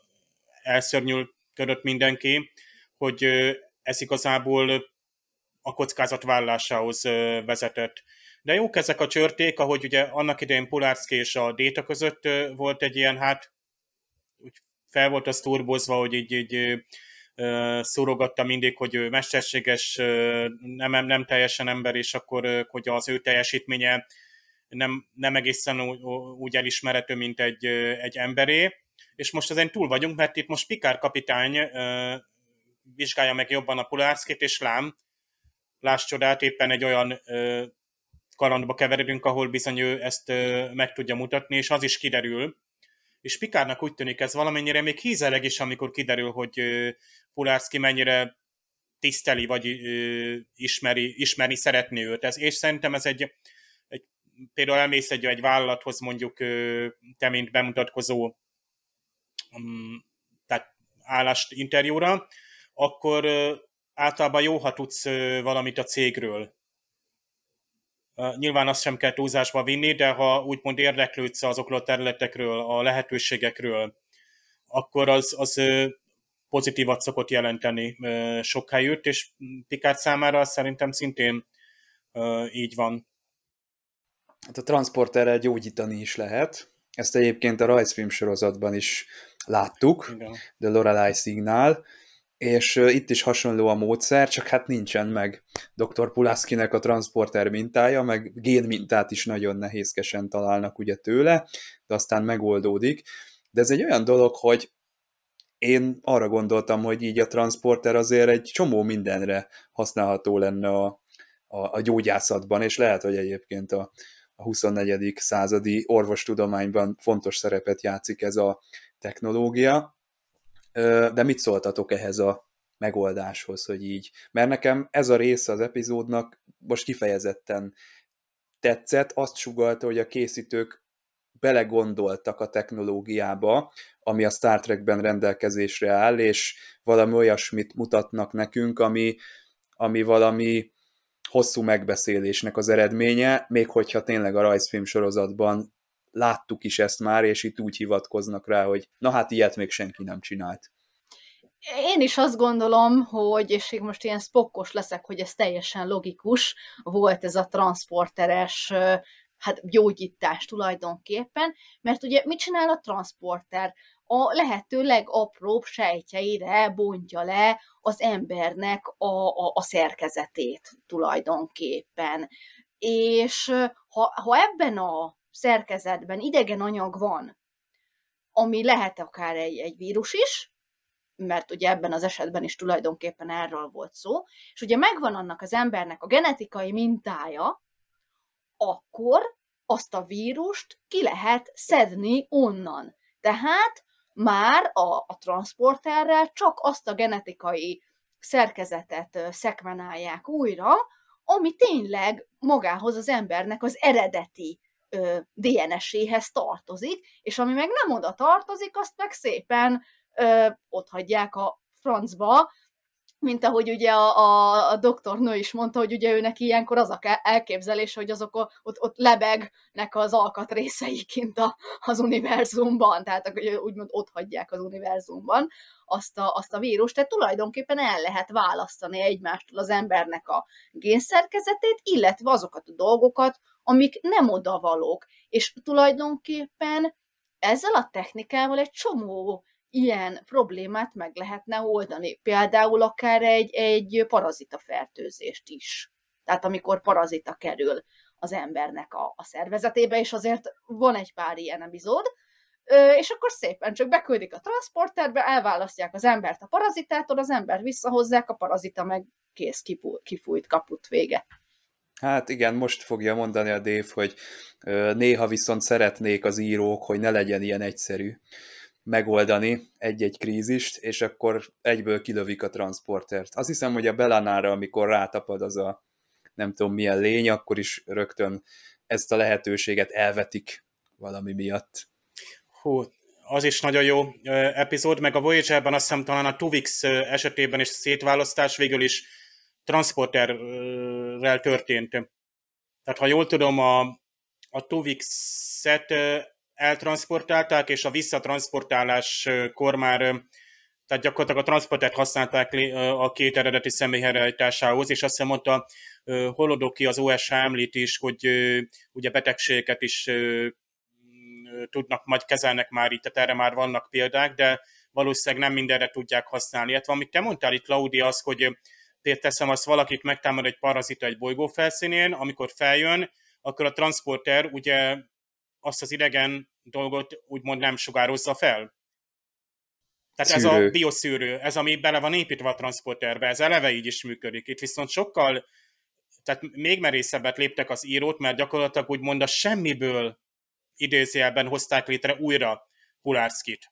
elszörnyűködött mindenki, hogy uh, ez igazából a kockázatvállalásához uh, vezetett. De jók ezek a csörték, ahogy ugye annak idején Pulaski és a Data között uh, volt egy ilyen, hát úgy fel volt az turbozva, hogy így, így szórogatta mindig, hogy ő mesterséges, nem, nem teljesen ember, és akkor hogy az ő teljesítménye nem, nem egészen úgy elismerhető, mint egy, egy emberé. És most ezen túl vagyunk, mert itt most Picard kapitány vizsgálja meg jobban a Pulaskit, és lám, láss csodát, éppen egy olyan kalandba keveredünk, ahol bizony ő ezt meg tudja mutatni, és az is kiderül. És Picardnak úgy tűnik ez valamennyire még hízeleg is, amikor kiderül, hogy Pulaski mennyire tiszteli, vagy ismeri, ismerni szeretné őt. Ez, és szerintem ez egy, egy például elmész egy, egy vállalathoz, mondjuk te, mint bemutatkozó um, tehát állást interjúra, akkor általában jó, ha tudsz valamit a cégről. Uh, nyilván azt sem kell túlzásba vinni, de ha úgymond érdeklődsz azokról a területekről, a lehetőségekről, akkor az, az uh, pozitívat szokott jelenteni uh, sok helyütt, és Picard számára szerintem szintén uh, így van. Hát a transporterrel gyógyítani is lehet. Ezt egyébként a rajzfilm sorozatban is láttuk, igen. The Lorelei Signal, és uh, itt is hasonló a módszer, csak hát nincsen meg doktor Pulaskinek a transporter mintája, meg génmintát is nagyon nehézkesen találnak ugye tőle, de aztán megoldódik. De ez egy olyan dolog, hogy én arra gondoltam, hogy így a transporter azért egy csomó mindenre használható lenne a, a, a gyógyászatban, és lehet, hogy egyébként a, a huszonnegyedik századi orvostudományban fontos szerepet játszik ez a technológia. De mit szóltatok ehhez a megoldáshoz, hogy így? Mert nekem ez a része az epizódnak most kifejezetten tetszett, azt sugallta, hogy a készítők belegondoltak a technológiába, ami a Star Trekben rendelkezésre áll, és valami olyasmit mutatnak nekünk, ami, ami valami hosszú megbeszélésnek az eredménye, még hogyha tényleg a rajzfilm sorozatban láttuk is ezt már, és itt úgy hivatkoznak rá, hogy na hát ilyet még senki nem csinált. Én is azt gondolom, hogy, és én most ilyen spokkos leszek, hogy ez teljesen logikus, volt ez a transporteres hát gyógyítás tulajdonképpen, mert ugye mit csinál a transporter? A lehető legapróbb sejtjeire bontja le az embernek a, a, a szerkezetét tulajdonképpen. És ha, ha ebben a szerkezetben idegen anyag van, ami lehet akár egy, egy vírus is, mert ugye ebben az esetben is tulajdonképpen erről volt szó, és ugye megvan annak az embernek a genetikai mintája, akkor azt a vírust ki lehet szedni onnan. Tehát már a, a transporterrel csak azt a genetikai szerkezetet szekvenálják újra, ami tényleg magához az embernek az eredeti dé en es-éhez tartozik, és ami meg nem oda tartozik, azt meg szépen ö, ott hagyják a francba, mint ahogy ugye a, a, a doktornő is mondta, hogy ugye őnek ilyenkor az a elképzelés, hogy azok a, ott, ott lebegnek az alkatrészei kint a, az univerzumban, tehát úgymond ott hagyják az univerzumban azt a, azt a vírust, tehát tulajdonképpen el lehet választani egymástól az embernek a génszerkezetét, illetve azokat a dolgokat, amik nem odavalók, és tulajdonképpen ezzel a technikával egy csomó ilyen problémát meg lehetne oldani. Például akár egy, egy parazita fertőzést is. Tehát amikor parazita kerül az embernek a, a szervezetébe, és azért van egy pár ilyen epizód, és akkor szépen csak beküldik a transporterbe, elválasztják az embert a parazitától, az ember visszahozzák, a parazita meg kész, kifújt, kaput, vége. Hát igen, most fogja mondani a Dave, hogy néha viszont szeretnék az írók, hogy ne legyen ilyen egyszerű megoldani egy-egy krízist, és akkor egyből kilövik a transportert. Azt hiszem, hogy a Belanára, amikor rátapad az a nem tudom milyen lény, akkor is rögtön ezt a lehetőséget elvetik valami miatt. Hú, az is nagyon jó epizód, meg a Voyager-ben azt hiszem talán a Tuvix esetében is szétválasztás végül is transporterrel történt. Tehát ha jól tudom, a, a Tuvix-et eltransportálták, és a visszatransportáláskor már, tehát gyakorlatilag a transportert használták a két eredeti személy helyreállításához, és azt hiszem ott a Holodoki, az o es há említ is, hogy ugye betegségeket is tudnak, majd kezelnek már itt, tehát erre már vannak példák, de valószínűleg nem mindenre tudják használni. Hát amit te mondtál itt, Claudia, az, hogy teszem, azt valakit megtámad egy parazita egy bolygó felszínén, amikor feljön, akkor a transporter ugye azt az idegen dolgot úgymond nem sugározza fel. Tehát szűrő. Ez a bioszűrő, ez ami bele van építve a transporterbe, ez eleve így is működik. Itt viszont sokkal, tehát még merészebbet léptek az írót, mert gyakorlatilag úgymond a semmiből idézőjelben hozták létre újra Pulaskit.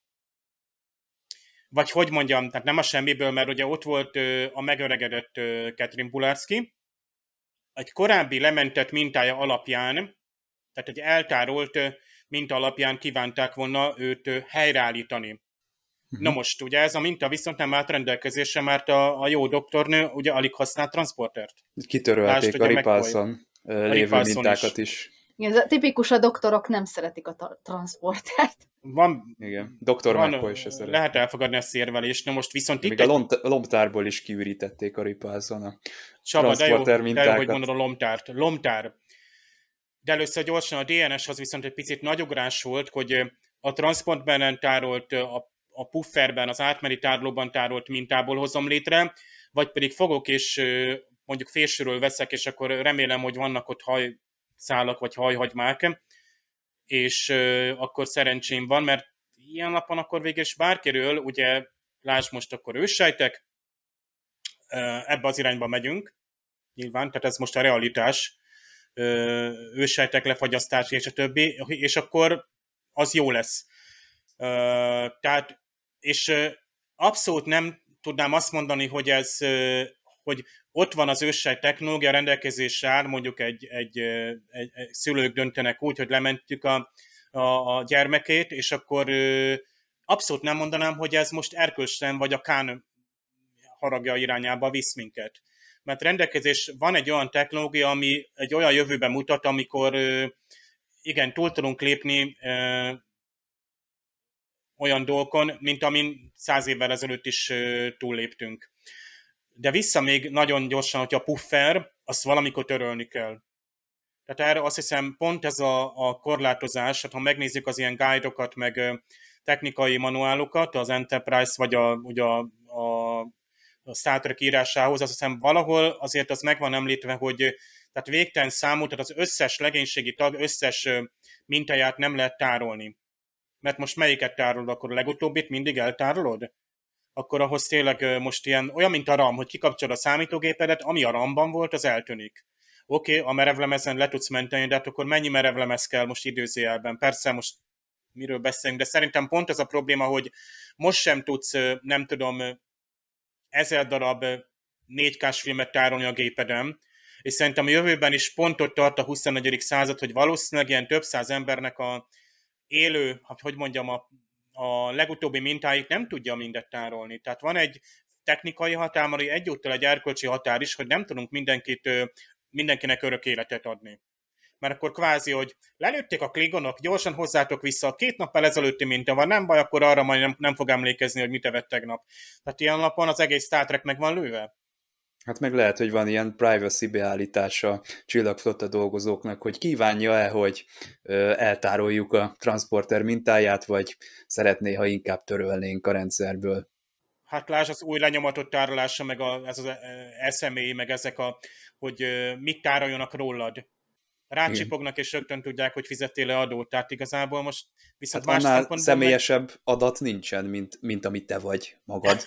Vagy hogy mondjam, tehát nem a semmiből, mert ugye ott volt a megöregedett Catherine Pulaski, egy korábbi lementett mintája alapján, tehát egy eltárolt minta alapján kívánták volna őt helyreállítani. Uh-huh. Na most, ugye ez a minta viszont nem állt rendelkezésre, mert a, a jó doktornő ugye alig használt transportert. Kitörölték a Ripalson lévő mintákat is. is. Igen, ez tipikus, a doktorok nem szeretik a ta- transportert. Van, igen, doktor McCoy is szeret. Lehet elfogadni ezt érvelést, na most viszont de itt... Még egy... a lomtárból is kiürítették a Ripalson a Csaba, transporter de jó, mintákat. de jó, hogy mondod a lomtárt. Lomtár. De először gyorsan a dé en es az viszont egy picit nagy ugrás volt, hogy a transportben tárolt, a, a pufferben, az átmeri tárolóban tárolt mintából hozom létre, vagy pedig fogok és mondjuk fésülről veszek, és akkor remélem, hogy vannak ott hajszálak, vagy hajhagymák, és akkor szerencsém van, mert ilyen napon akkor végül is bárkiről, ugye lásd most akkor őssejtek, ebbe az irányba megyünk, nyilván, tehát ez most a realitás, őssejtek lefagyasztás és a többi, és akkor az jó lesz. Tehát, és abszolút nem tudnám azt mondani, hogy ez, hogy ott van az őssejt technológia, rendelkezésre áll, mondjuk egy, egy, egy, egy szülők döntenek úgy, hogy lementjük a, a, a gyermekét, és akkor abszolút nem mondanám, hogy ez most erkölcstelen, vagy a Kán haragja irányába visz minket. Mert rendelkezés van egy olyan technológia, ami egy olyan jövőben mutat, amikor igen, túl tudunk lépni olyan dolgokon, mint amin száz évvel ezelőtt is túlléptünk. De vissza még nagyon gyorsan, hogy a puffer, azt valamikor törölni kell. Tehát erre azt hiszem pont ez a, a korlátozás, hát ha megnézzük az ilyen guide-okat, meg technikai manuálokat, az Enterprise vagy a, ugye a, a, a Star Trek írásához, azt hiszem valahol azért az meg van említve, hogy tehát végtelen számú, tehát az összes legénységi tag összes mintáját nem lehet tárolni. Mert most melyiket tárolod, akkor a legutóbbit mindig eltárolod? Akkor ahhoz tényleg most ilyen, olyan, mint a RAM, hogy kikapcsolod a számítógépedet, ami a RAM-ban volt, az eltűnik. Oké, okay, a merevlemezen le tudsz menteni, de hát akkor mennyi merevlemez kell most időzőjelben? Persze most miről beszélünk, de szerintem pont ez a probléma, hogy most sem tudsz, nem tudom, ezer darab négy kás filmet tárolni a gépeden, és szerintem a jövőben is pont ott tart a huszonegyedik század, hogy valószínűleg ilyen több száz embernek a élő, hogy mondjam, a a legutóbbi mintáig nem tudja mindet tárolni. Tehát van egy technikai határ, ami egyúttal egy erkölcsi határ is, hogy nem tudunk mindenkit, mindenkinek örök életet adni. Mert akkor kvázi, hogy lelőtték a klingonok, gyorsan hozzátok vissza, a két nappal ezelőtti minta van, nem baj, akkor arra majd nem, nem fog emlékezni, hogy mit evett tegnap. Tehát ilyen napon az egész Star Trek meg van lőve. Hát meg lehet, hogy van ilyen privacy beállítása csillagflotta dolgozóknak, hogy kívánja-e, hogy ö, eltároljuk a transporter mintáját, vagy szeretné, ha inkább törölnénk a rendszerből. Hát lásd, az új lenyomatot tárolása, meg a, ez az es em á, meg ezek a, hogy mit tároljanak rólad. Rácsipognak, és rögtön tudják, hogy fizettél le adót. Tehát igazából most viszont hát más annál szempontból személyesebb meg... adat nincsen, mint, mint amit te vagy magad.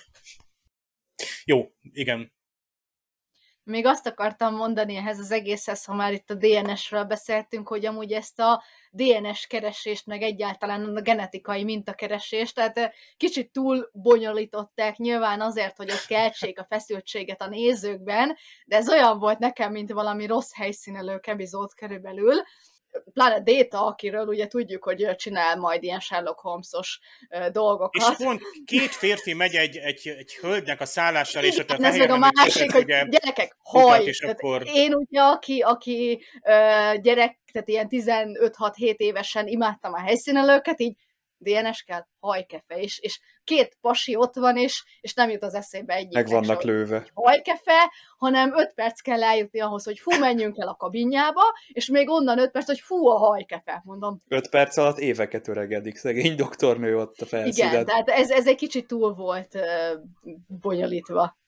Jó, igen. Még azt akartam mondani ehhez az egészhez, ha már itt a dé en es-ről beszéltünk, hogy amúgy ezt a dé en es keresést, meg egyáltalán a genetikai mintakeresést, tehát kicsit túl bonyolították nyilván azért, hogy ott keltsék a feszültséget a nézőkben, de ez olyan volt nekem, mint valami rossz helyszínelők epizód körülbelül, pláne Data, akiről ugye tudjuk, hogy csinál majd ilyen Sherlock Holmes-os dolgokat. És pont két férfi megy egy, egy, egy hölgynek a szállással, és ott a ez meg a másik, hogy gyerekek, haj! Akkor... Én ugye, aki, aki uh, gyerek, tehát ilyen tizenöt-hat-hét évesen imádtam a helyszínelőket, így dé en es kell, hajkefe, és, és két pasi ott van, és, és nem jut az eszébe egyik. Meg vannak lőve. Hajkefe, hanem öt perc kell eljutni ahhoz, hogy fú, menjünk el a kabinjába, és még onnan öt perc, hogy fú, a hajkefe, mondom. öt perc alatt éveket öregedik, szegény doktornő ott a felszínen. Igen, tehát ez, ez egy kicsit túl volt uh, bonyolítva.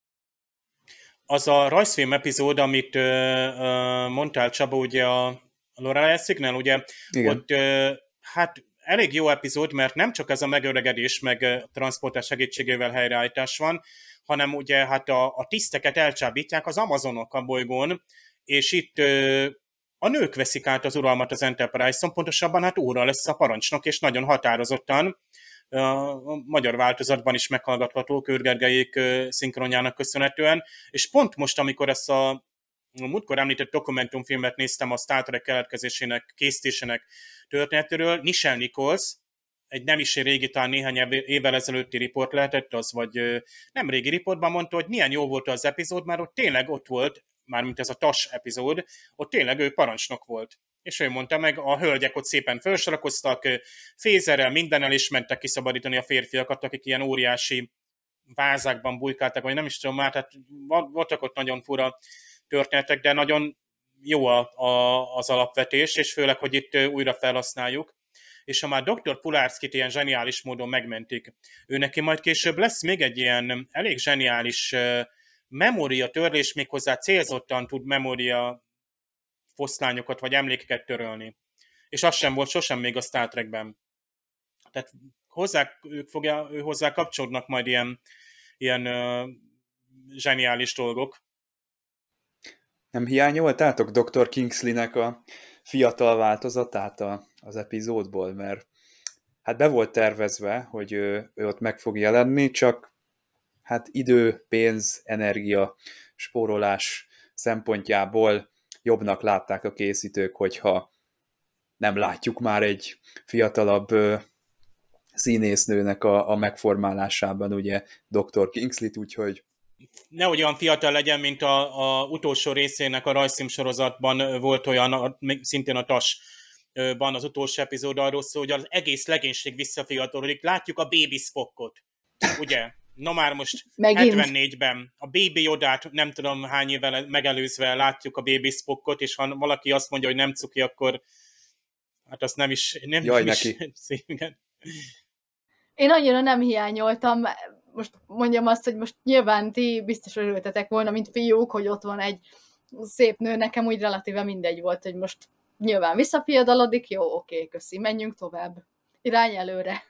Az a rajzfilm epizód, amit uh, uh, mondtál, Csaba, ugye a Lorelei Signal, ugye, igen. Ott uh, hát elég jó epizód, mert nem csak ez a megöregedés, meg transportás segítségével helyreállítás van, hanem ugye hát a, a tiszteket elcsábítják az Amazonok a bolygón, és itt ö, a nők veszik át az uralmat az Enterprise-on, pontosabban hát óra lesz a parancsnok, és nagyon határozottan, a magyar változatban is meghallgatható Kőr Gergelyék szinkronjának köszönhetően, és pont most, amikor ezt a A múltkor említett dokumentumfilmet néztem a Star Trek keletkezésének, készítésének történetéről. Nichelle Nichols, egy nem is régi, talán néhány évvel ezelőtti riport lehetett az, vagy nem régi riportban mondta, hogy milyen jó volt az epizód, mert ott tényleg ott volt, mármint ez a té á es epizód, ott tényleg ő parancsnok volt. És ő mondta meg, a hölgyek ott szépen felsorakoztak, fézerrel, mindennel is mentek kiszabadítani a férfiakat, akik ilyen óriási vázákban bujkáltak, vagy nem is tudom már, tehát voltak ott nagyon fura történetek, de nagyon jó a, a, az alapvetés, és főleg, hogy itt újra felhasználjuk. És ha már doktor Pulárszkit ilyen zseniális módon megmentik, ő neki majd később lesz még egy ilyen elég zseniális memória törlés, méghozzá célzottan tud memória foszlányokat vagy emlékeket törölni. És az sem volt sosem még a Star Trekben. Tehát hozzá, ők fogja, ő hozzá kapcsolódnak majd ilyen, ilyen uh, zseniális dolgok. Nem hiányoltátok doktor Kingsley-nek a fiatal változatát a, az epizódból, mert hát be volt tervezve, hogy ő, ő ott meg fog jelenni, csak hát idő, pénz, energia, spórolás szempontjából jobbnak látták a készítők, hogyha nem látjuk már egy fiatalabb ö, színésznőnek a, a megformálásában, ugye doktor Kingsley-t, úgyhogy nehogy olyan fiatal legyen, mint a, a utolsó részének a rajzfilm sorozatban volt olyan, a, szintén a té á es-ban az utolsó epizód arról szól, hogy az egész legénység visszafiatalodik. Látjuk a Baby Spockot, ugye? Na már most megint. hetvennégyben a Baby Yodát nem tudom hány évvel megelőzve látjuk a Baby Spockot, és ha valaki azt mondja, hogy nem cuki, akkor hát azt nem is... Nem Jaj is neki. Igen. Én annyira nem hiányoltam, most mondjam azt, hogy most nyilván ti biztos örültetek volna, mint fiúk, hogy ott van egy szép nő, nekem úgy relatíve mindegy volt, hogy most nyilván visszafiadalodik, jó, oké, köszi, menjünk tovább. Irány előre.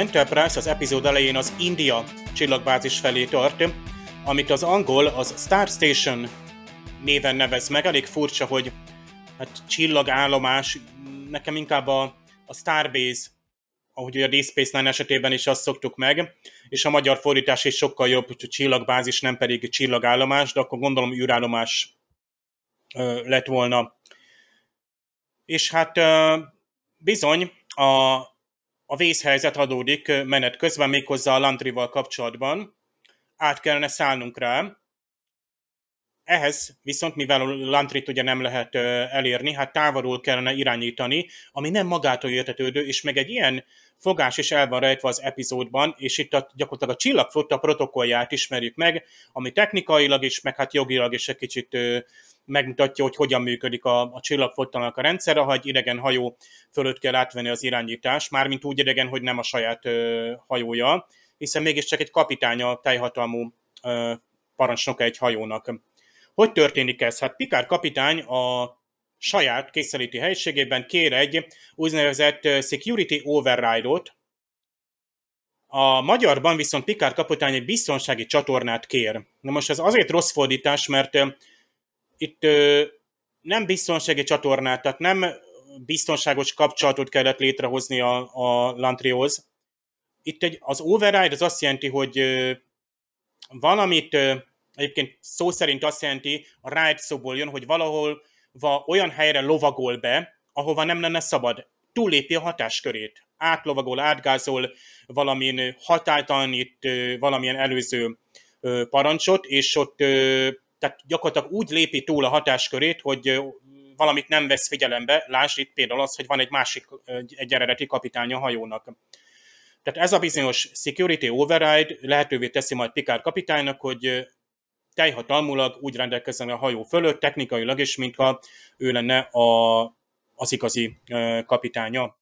Enterprise az epizód elején az India csillagbázis felé tart, amit az angol az Star Station néven nevez meg. Elég furcsa, hogy hát csillagállomás, nekem inkább a, a Starbase, ahogy a Deep Space Nine esetében is azt szoktuk meg, és a magyar fordítás is sokkal jobb, hogy csillagbázis, nem pedig csillagállomás, de akkor gondolom űrállomás ö, lett volna. És hát ö, bizony a, a vészhelyzet adódik menet közben, méghozzá a Lantry-val kapcsolatban. Át kellene szállnunk rá. Ehhez viszont, mivel a Lantryt ugye nem lehet elérni, hát távolról kellene irányítani, ami nem magától értetődő, és meg egy ilyen fogás is el van rejtve az epizódban, és itt a, gyakorlatilag a csillagflotta protokollját ismerjük meg, ami technikailag is, meg hát jogilag is egy kicsit ö, megmutatja, hogy hogyan működik a, a csillagflottának a rendszere, ha egy idegen hajó fölött kell átvenni az irányítást, mármint úgy idegen, hogy nem a saját ö, hajója, hiszen mégiscsak egy kapitány a teljhatalmú ö, parancsnoka egy hajónak. Hogy történik ez? Hát Picard kapitány a saját készenléti helyiségében kér egy úgynevezett security override-ot. A magyarban viszont Picard kapitány egy biztonsági csatornát kér. Na most ez azért rossz fordítás, mert itt nem biztonsági csatornát, tehát nem biztonságos kapcsolatot kellett létrehozni a, a Lantryhoz. Itt egy, az override az azt jelenti, hogy valamit, egyébként szó szerint azt jelenti, a ride szóból jön, hogy valahol va olyan helyre lovagol be, ahova nem lenne szabad. Túllépi a hatáskörét. Átlovagol, átgázol valamilyen határtalanít, valamilyen előző parancsot, és ott tehát gyakorlatilag úgy lépi túl a hatáskörét, hogy valamit nem vesz figyelembe. Lásd itt például az, hogy van egy másik, egy eredeti kapitány a hajónak. Tehát ez a bizonyos security override lehetővé teszi majd Picard kapitánynak, hogy teljhatalmulag úgy rendelkezzen a hajó fölött, technikailag is, mintha ő lenne a, az igazi kapitánya.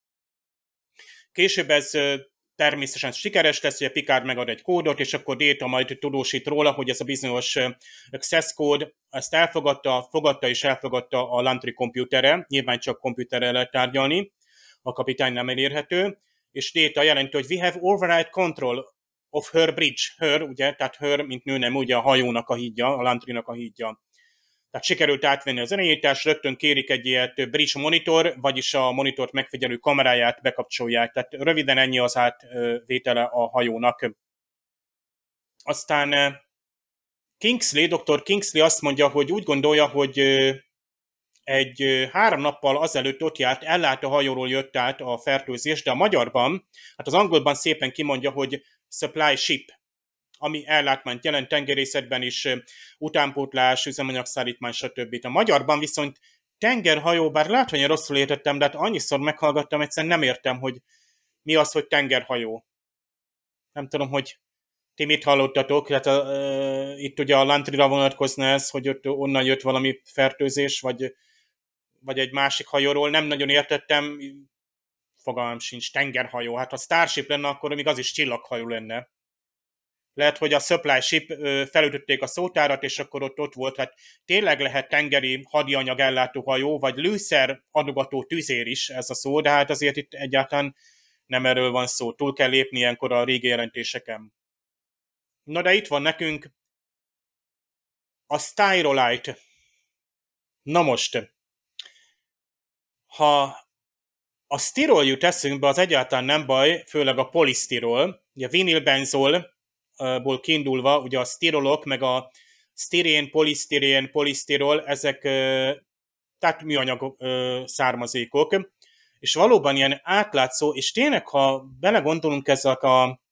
Később ez természetesen sikeres lesz, hogy a Picard megad egy kódot, és akkor Data majd tudósít róla, hogy ez a bizonyos access kód, ezt elfogadta, fogadta és elfogadta a Lantry komputere, nyilván csak komputerrel lehet tárgyalni, a kapitány nem elérhető, és Data jelenti, hogy we have override control of her bridge, her, ugye, tehát her, mint nő nem, ugye a hajónak a hídja, a Lantrynak a hídja. Tehát sikerült átvenni az irányítást, rögtön kérik egy ilyet bridge monitor, vagyis a monitort megfigyelő kameráját bekapcsolják. Tehát röviden ennyi az átvétele a hajónak. Aztán Kingsley, doktor Kingsley azt mondja, hogy úgy gondolja, hogy egy három nappal azelőtt ott járt, ellát a hajóról jött át a fertőzés, de a magyarban, hát az angolban szépen kimondja, hogy supply ship, ami ellátmányt jelent tengerészetben is, utánpótlás, üzemanyagszállítmány, stb. A magyarban viszont tengerhajó, bár látványan rosszul értettem, de hát annyiszor meghallgattam, egyszerűen nem értem, hogy mi az, hogy tengerhajó. Nem tudom, hogy ti mit hallottatok, hát a, e, itt ugye a Lantryra vonatkozna ez, hogy ott, onnan jött valami fertőzés, vagy, vagy egy másik hajóról, nem nagyon értettem, fogalmam sincs, tengerhajó. Hát ha Starship lenne, akkor még az is csillaghajó lenne. Lehet, hogy a supply ship felütötték a szótárat, és akkor ott, ott volt, hát tényleg lehet tengeri hadianyag ellátó hajó, vagy lőszer adogató tüzér is ez a szó, de hát azért itt egyáltalán nem erről van szó. Túl kell lépni ilyenkor a régi jelentéseken. Na de itt van nekünk a Styrolite. Na most, ha a sztirol jut eszünkbe, az egyáltalán nem baj, főleg a polisztirol. Ugye a vinilbenzolból kiindulva, ugye a sztirolok, meg a sztirén, polisztirén, polisztirol, ezek tehát műanyag származékok. És valóban ilyen átlátszó, és tényleg, ha belegondolunk ezek a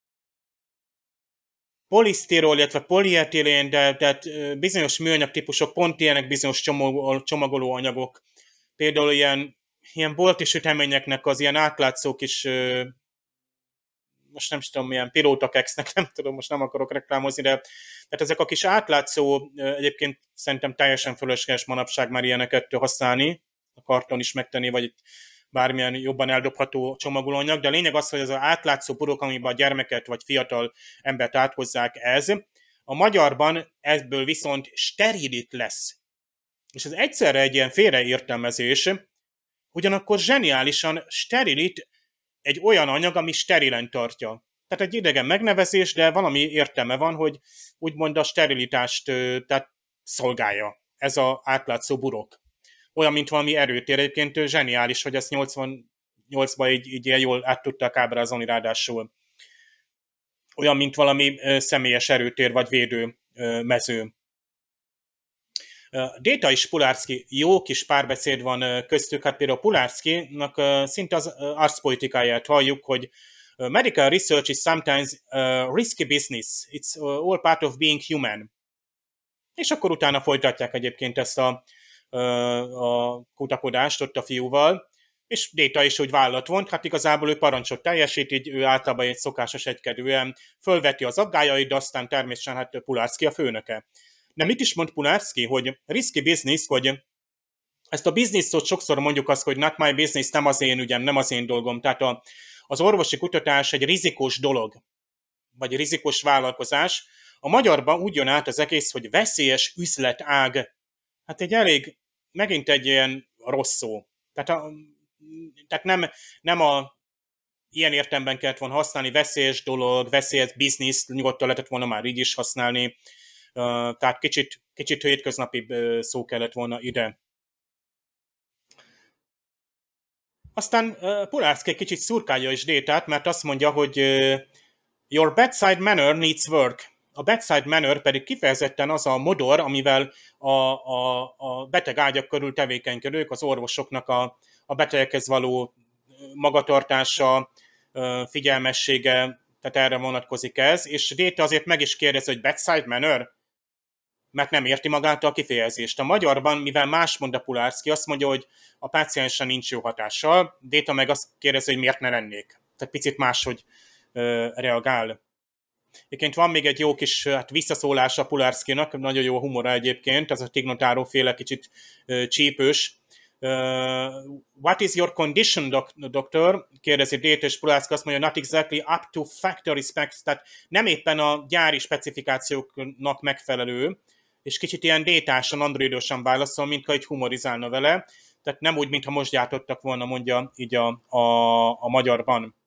polisztirol, illetve polietilén, de tehát bizonyos műanyag típusok pont ilyenek bizonyos csomagoló anyagok. Például ilyen ilyen bolti süteményeknek az ilyen átlátszó kis, most nem tudom milyen, pilótakexnek, nem tudom, most nem akarok reklámozni, de tehát ezek a kis átlátszó, egyébként szerintem teljesen fölösleges manapság már ilyeneket használni, a karton is megtenni, vagy bármilyen jobban eldobható csomagolóanyag, de a lényeg az, hogy ez az átlátszó burok, amiben a gyermeket vagy fiatal embert áthozzák ez. A magyarban ebből viszont sterilit lesz. És ez egyszerre egy ilyen félreértelmezés, ugyanakkor zseniálisan sterilit, egy olyan anyag, ami sterilen tartja. Tehát egy idegen megnevezés, de valami értelme van, hogy úgymond a sterilitást tehát szolgálja ez az átlátszó burok. Olyan, mint valami erőtér. Egyébként zseniális, hogy ezt nyolcvannyolcban így, így ilyen jól át tudták ábrázolni ráadásul. Olyan, mint valami személyes erőtér vagy védő mező. Déta és Pulárszky, jó kis párbeszéd van köztük, hát például Pulárszkynak szinte az arcpolitikáját halljuk, hogy medical research is sometimes a risky business. It's all part of being human. És akkor utána folytatják egyébként ezt a, a kutakodást ott a fiúval, és Déta is úgy vállat vont, hát igazából ő parancsot teljesít, így ő általában egy szokásos egykedvűen fölveti az aggályait, de aztán természetesen hát Pulárszky a főnöke. De mit is mond Pulárszky, hogy risky business, hogy ezt a business szót sokszor mondjuk azt, hogy not my business, nem az én ügyem, nem az én dolgom. Tehát a, az orvosi kutatás egy rizikós dolog, vagy rizikós vállalkozás. A magyarban úgy jön át az egész, hogy veszélyes üzletág. Hát egy elég, megint egy ilyen rossz szó. Tehát, a, tehát nem, nem a ilyen értelemben kellett volna használni, veszélyes dolog, veszélyes business, nyugodtan lehetett volna már így is használni. Uh, tehát kicsit, kicsit hétköznapi uh, szó kellett volna ide. Aztán uh, Pulárszky egy kicsit szurkálja is Détát, mert azt mondja, hogy uh, your bedside manner needs work. A bedside manner pedig kifejezetten az a modor, amivel a, a, a beteg ágyak körül tevékenykedők, az orvosoknak a, a betegekhez való magatartása, uh, figyelmessége, tehát erre vonatkozik ez, és Déta azért meg is kérdezi, hogy bedside manner, mert nem érti magát a kifejezést. A magyarban, mivel más mond a Pulárszky, azt mondja, hogy a páciensen nincs jó hatással, Déta meg azt kérdezi, hogy miért ne lennék. Tehát picit máshogy ö, reagál. Egyébként van még egy jó kis hát visszaszólása Pulárszkynak, nagyon jó humora egyébként, ez a Tignotáró féle kicsit ö, csípős. Uh, what is your condition, doc- doctor? Kérdezi Déta, és Pulárszky azt mondja, not exactly up to factory specs, tehát nem éppen a gyári specifikációknak megfelelő, és kicsit ilyen détásan, androidosan válaszol, mintha egy humorizálna vele, tehát nem úgy, mintha most gyártottak volna, mondja így a, a, a magyarban.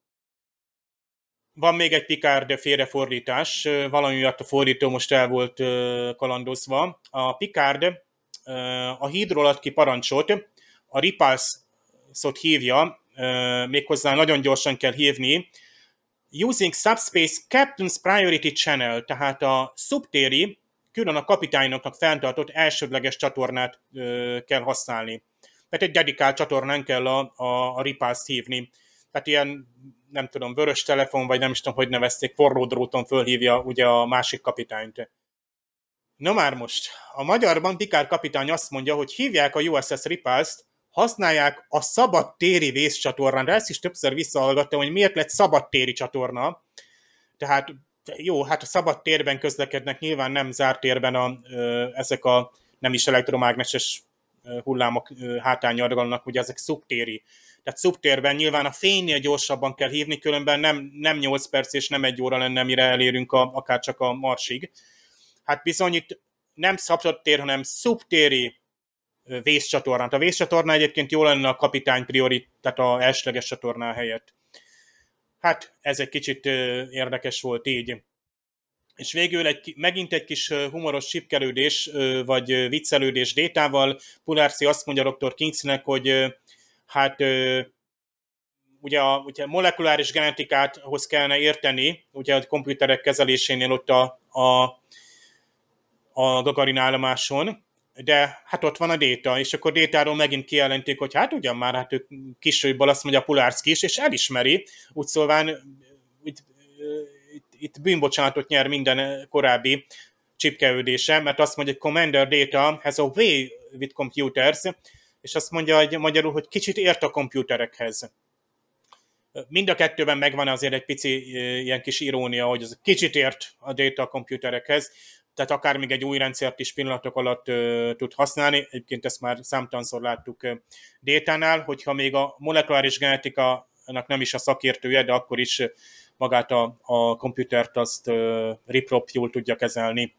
Van még egy Picard félrefordítás, valami miatt a fordító most el volt kalandozva. A Picard a hidrolatki parancsot, a repulse-ot hívja, méghozzá nagyon gyorsan kell hívni, using subspace captain's priority channel, tehát a szubtéri, külön a kapitányoknak fenntartott elsődleges csatornát ö, kell használni. Tehát egy dedikált csatornán kell a, a, a repulse-t hívni. Tehát ilyen, nem tudom, vörös telefon, vagy nem is tudom, hogy nevezték, forró dróton fölhívja ugye a másik kapitányt. No már most, a magyarban Picard kapitány azt mondja, hogy hívják a U S S Repulse-t, használják a szabadtéri vészcsatornán, de ezt is többször visszahallgattam, hogy miért lett szabadtéri csatorna. Tehát jó, hát a szabad térben közlekednek, nyilván nem zárt térben a, ö, ezek a nem is elektromágneses hullámok hátán nyargalnak, ugye ezek szubtéri. Tehát szubtérben nyilván a fénynél gyorsabban kell hívni, különben nem, nem nyolc perc és nem egy óra lenne, mire elérünk a, akár csak a Marsig. Hát bizony itt nem szabadtér, hanem szubtéri vészcsatornát. A vészcsatorna egyébként jól lenne a kapitány priori, tehát a elsőleges csatorná helyett. Hát ez egy kicsit érdekes volt így. És végül egy, megint egy kis humoros csipkelődés, vagy viccelődés Détával. Pulárszky azt mondja doktor Kingsleynek, hogy hát ugye a ugye molekuláris genetikáthoz kellene érteni, ugye a komputerek kezelésénél ott a, a, a Gagarin állomáson, de hát ott van a Déta, és akkor Détáról megint kijelentik, hogy hát ugyan már, hát ő később azt mondja Pulárszky is, és elismeri, úgy szólván itt, itt, itt bűnbocsánatot nyer minden korábbi csipkeődése, mert azt mondja, hogy Commander Déta has a way with computers, és azt mondja hogy magyarul, hogy kicsit ért a komputerekhez. Mind a kettőben megvan azért egy pici ilyen kis irónia, hogy az kicsit ért a Déta a komputerekhez, tehát akár még egy új rendszert is pillanatok alatt uh, tud használni. Egyébként ezt már számtalanszor láttuk uh, Détánál, hogyha még a molekuláris genetikának nem is a szakértője, de akkor is uh, magát a, a komputert azt uh, riprop jól tudja kezelni.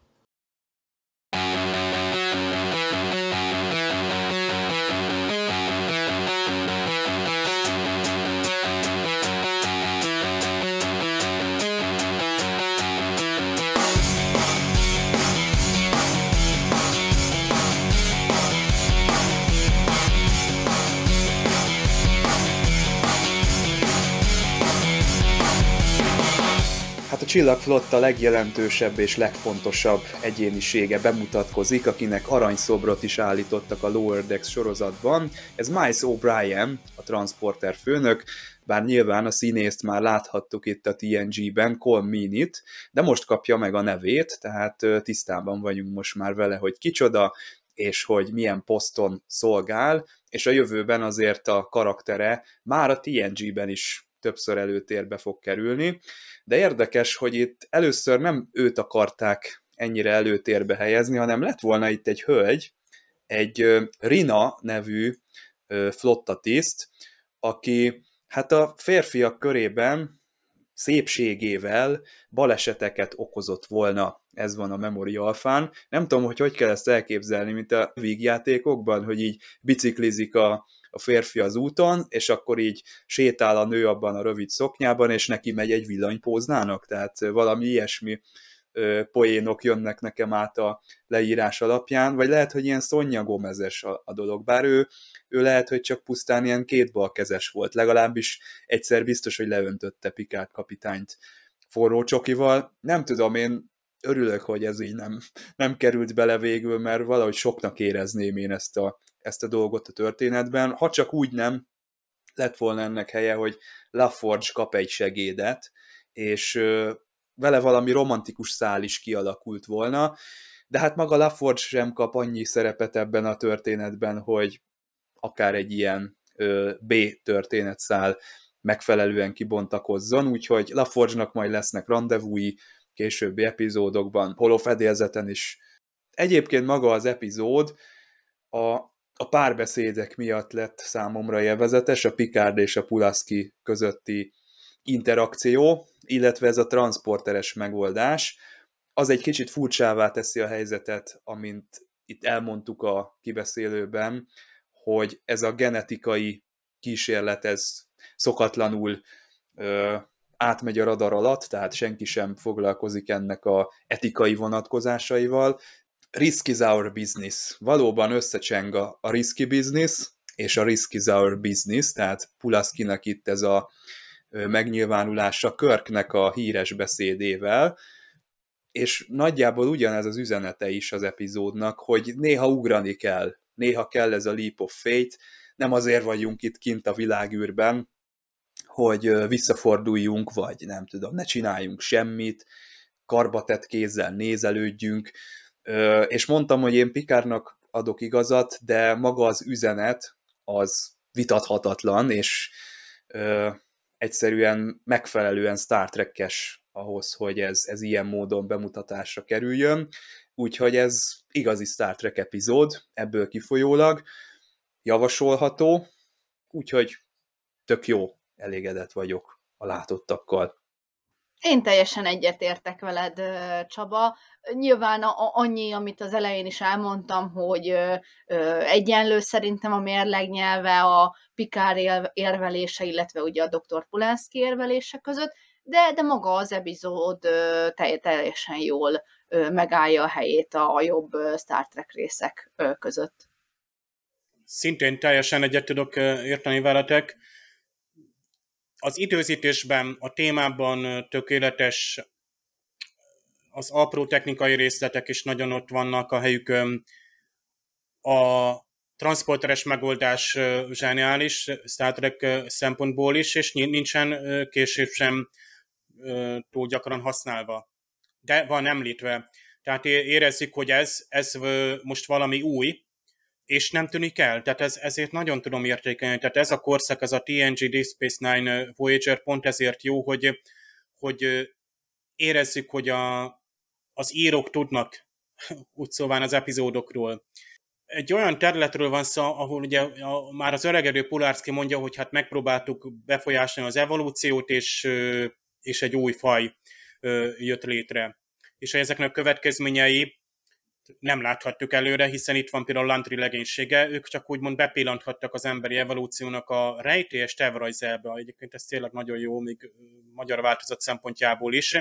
Csillagflotta legjelentősebb és legfontosabb egyénisége bemutatkozik, akinek aranyszobrot is állítottak a Lower Decks sorozatban. Ez Miles O'Brien, a Transporter főnök, bár nyilván a színészt már láthattuk itt a té en gé-ben, Colm Meaney-t, de most kapja meg a nevét, tehát tisztában vagyunk most már vele, hogy kicsoda, és hogy milyen poszton szolgál, és a jövőben azért a karaktere már a té en gé-ben is többször előtérbe fog kerülni, de érdekes, hogy itt először nem őt akarták ennyire előtérbe helyezni, hanem lett volna itt egy hölgy, egy Rina nevű flottatiszt, aki hát a férfiak körében szépségével baleseteket okozott volna. Ez van a Memory Alphán. Nem tudom, hogy hogy kell ezt elképzelni, mint a vígjátékokban, hogy így biciklizik a, a férfi az úton, és akkor így sétál a nő abban a rövid szoknyában, és neki megy egy villanypóznának. Tehát valami ilyesmi ö, poénok jönnek nekem át a leírás alapján, vagy lehet, hogy ilyen Sonia Gomezes a, a dolog, bár ő, ő lehet, hogy csak pusztán ilyen kétbalkezes volt, legalábbis egyszer biztos, hogy leöntötte Picard kapitányt forró csokival. Nem tudom, én örülök, hogy ez így nem, nem került bele végül, mert valahogy soknak érezném én ezt a, ezt a dolgot a történetben. Ha csak úgy nem, lett volna ennek helye, hogy LaForge kap egy segédet, és ö, vele valami romantikus szál is kialakult volna, de hát maga LaForge sem kap annyi szerepet ebben a történetben, hogy akár egy ilyen ö, B történetszál megfelelően kibontakozzon, úgyhogy LaForge-nak majd lesznek randevúi későbbi epizódokban, holofedélzeten is. Egyébként maga az epizód a, a párbeszédek miatt lett számomra élvezetes, a Picard és a Pulaski közötti interakció, illetve ez a transporteres megoldás, az egy kicsit furcsává teszi a helyzetet, amint itt elmondtuk a kibeszélőben, hogy ez a genetikai kísérlet, ez szokatlanul ö, átmegy a radar alatt, tehát senki sem foglalkozik ennek a etikai vonatkozásaival. Risk is our business. Valóban összecseng a, a risky business és a risk is our business, tehát Pulaskinak itt ez a ö, megnyilvánulása Kirknek a híres beszédével, és nagyjából ugyanez az üzenete is az epizódnak, hogy néha ugrani kell, néha kell ez a leap of faith, nem azért vagyunk itt kint a világűrben, hogy visszaforduljunk, vagy nem tudom, ne csináljunk semmit, karbatett kézzel nézelődjünk, és mondtam, hogy én Picardnak adok igazat, de maga az üzenet az vitathatatlan, és egyszerűen megfelelően Star Trek-es ahhoz, hogy ez, ez ilyen módon bemutatásra kerüljön. Úgyhogy ez igazi Star Trek epizód, ebből kifolyólag javasolható, úgyhogy tök jó, elégedett vagyok a látottakkal. Én teljesen egyetértek veled, Csaba. Nyilván annyi, amit az elején is elmondtam, hogy egyenlő szerintem a mérleg nyelve a Picard érvelése, illetve ugye a doktor Pulaski érvelése között, de, de maga az epizód teljesen jól megállja a helyét a jobb Star Trek részek között. Szintén teljesen egyet tudok érteni veletek. Az időzítésben, a témában tökéletes, az apró technikai részletek is nagyon ott vannak a helyükön. A transporteres megoldás zseniális Star Trek szempontból is, és nincsen később sem túl gyakran használva. De van említve. Tehát érezzük, hogy ez, ez most valami új, és nem tűnik el. Tehát ez, ezért nagyon tudom értékelni. Tehát ez a korszak, ez a té en gé Deep Space Nine Voyager pont ezért jó, hogy, hogy érezzük, hogy a, az írók tudnak úgy szóval az epizódokról. Egy olyan területről van szó, ahol ugye a, már az öregedő Pulaski mondja, hogy hát megpróbáltuk befolyásolni az evolúciót, és, és egy új faj jött létre. És ezeknek a következményei nem láthattuk előre, hiszen itt van például Lantry legénysége, ők csak úgymond bepillanthattak az emberi evolúciónak a rejtélyes tervrajzába. Egyébként ez tényleg nagyon jó, még magyar változat szempontjából is.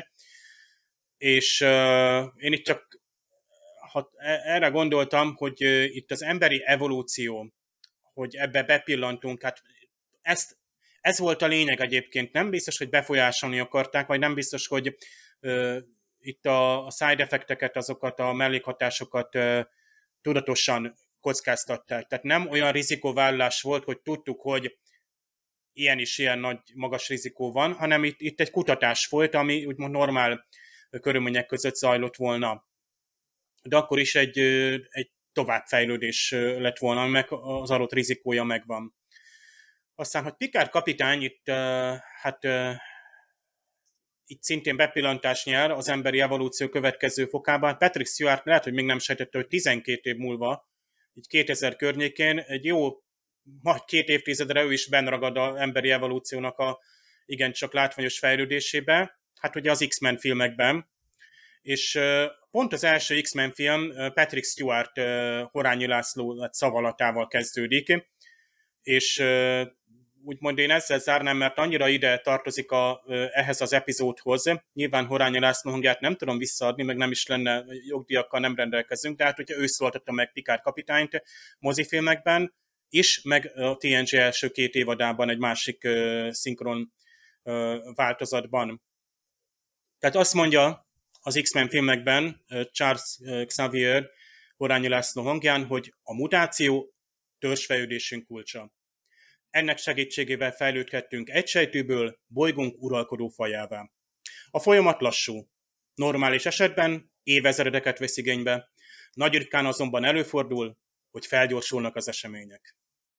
És uh, én itt csak ha erre gondoltam, hogy uh, itt az emberi evolúció, hogy ebbe bepillantunk, hát ezt, ez volt a lényeg egyébként. Nem biztos, hogy befolyásolni akarták, vagy nem biztos, hogy itt a, a side effekteket, azokat a mellékhatásokat tudatosan kockáztatták. Tehát nem olyan rizikóvállalás volt, hogy tudtuk, hogy ilyen is ilyen nagy, magas rizikó van, hanem itt, itt egy kutatás folyt, ami úgymond normál körülmények között zajlott volna. De akkor is egy, egy továbbfejlődés lett volna, meg az adott rizikója megvan. Aztán, hogy Picard kapitány itt, hát itt szintén bepillantást nyer az emberi evolúció következő fokában. Patrick Stewart lehet, hogy még nem sejtette, hogy tizenkét év múlva, így kétezer környékén, egy jó, majd két évtizedre ő is benragad az emberi evolúciónak a igencsak látványos fejlődésébe, hát ugye az X-Men filmekben, és pont az első X-Men film Patrick Stewart Horányi László szavalatával kezdődik, és úgymond én ezzel zárnám, mert annyira ide tartozik a, ehhez az epizódhoz. Nyilván Horányi László hangját nem tudom visszaadni, meg nem is lenne, jogdíjakkal nem rendelkezünk, de hát hogyha ő szóltatta meg Picard kapitányt mozifilmekben is, meg a té en gé első két évadában egy másik uh, szinkron uh, változatban. Tehát azt mondja az X-Men filmekben uh, Charles uh, Xavier Horányi László hangján, hogy a mutáció törzsfejlődésünk kulcsa. Ennek segítségével fejlődhettünk egysejtűből bolygónk uralkodó fajává. A folyamat lassú. Normális esetben évezredeket vesz igénybe, nagy ritkán azonban előfordul, hogy felgyorsulnak az események.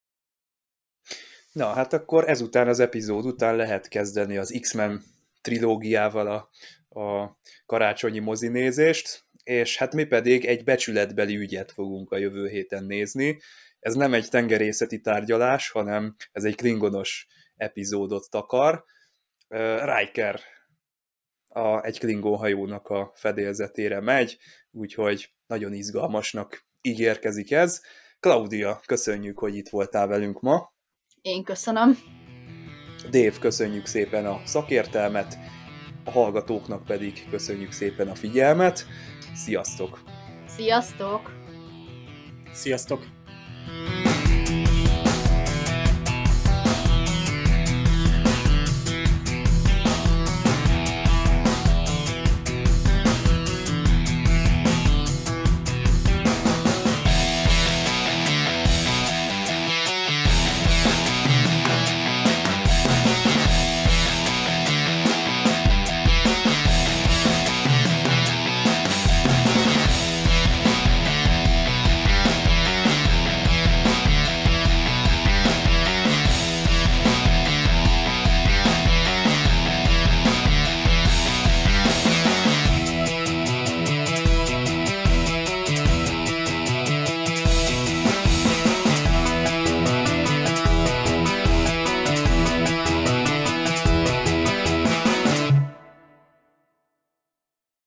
Na, hát akkor ezután az epizód után lehet kezdeni az X-Men trilógiával a, a karácsonyi mozinézést, és hát mi pedig egy becsületbeli ügyet fogunk a jövő héten nézni. Ez nem egy tengerészeti tárgyalás, hanem ez egy klingonos epizódot takar. Riker a, egy klingon hajónak a fedélzetére megy, úgyhogy nagyon izgalmasnak ígérkezik ez. Claudia, köszönjük, hogy itt voltál velünk ma. Én köszönöm. Dave, köszönjük szépen a szakértelmet, a hallgatóknak pedig köszönjük szépen a figyelmet. Sziasztok! Sziasztok! Sziasztok! Thank you.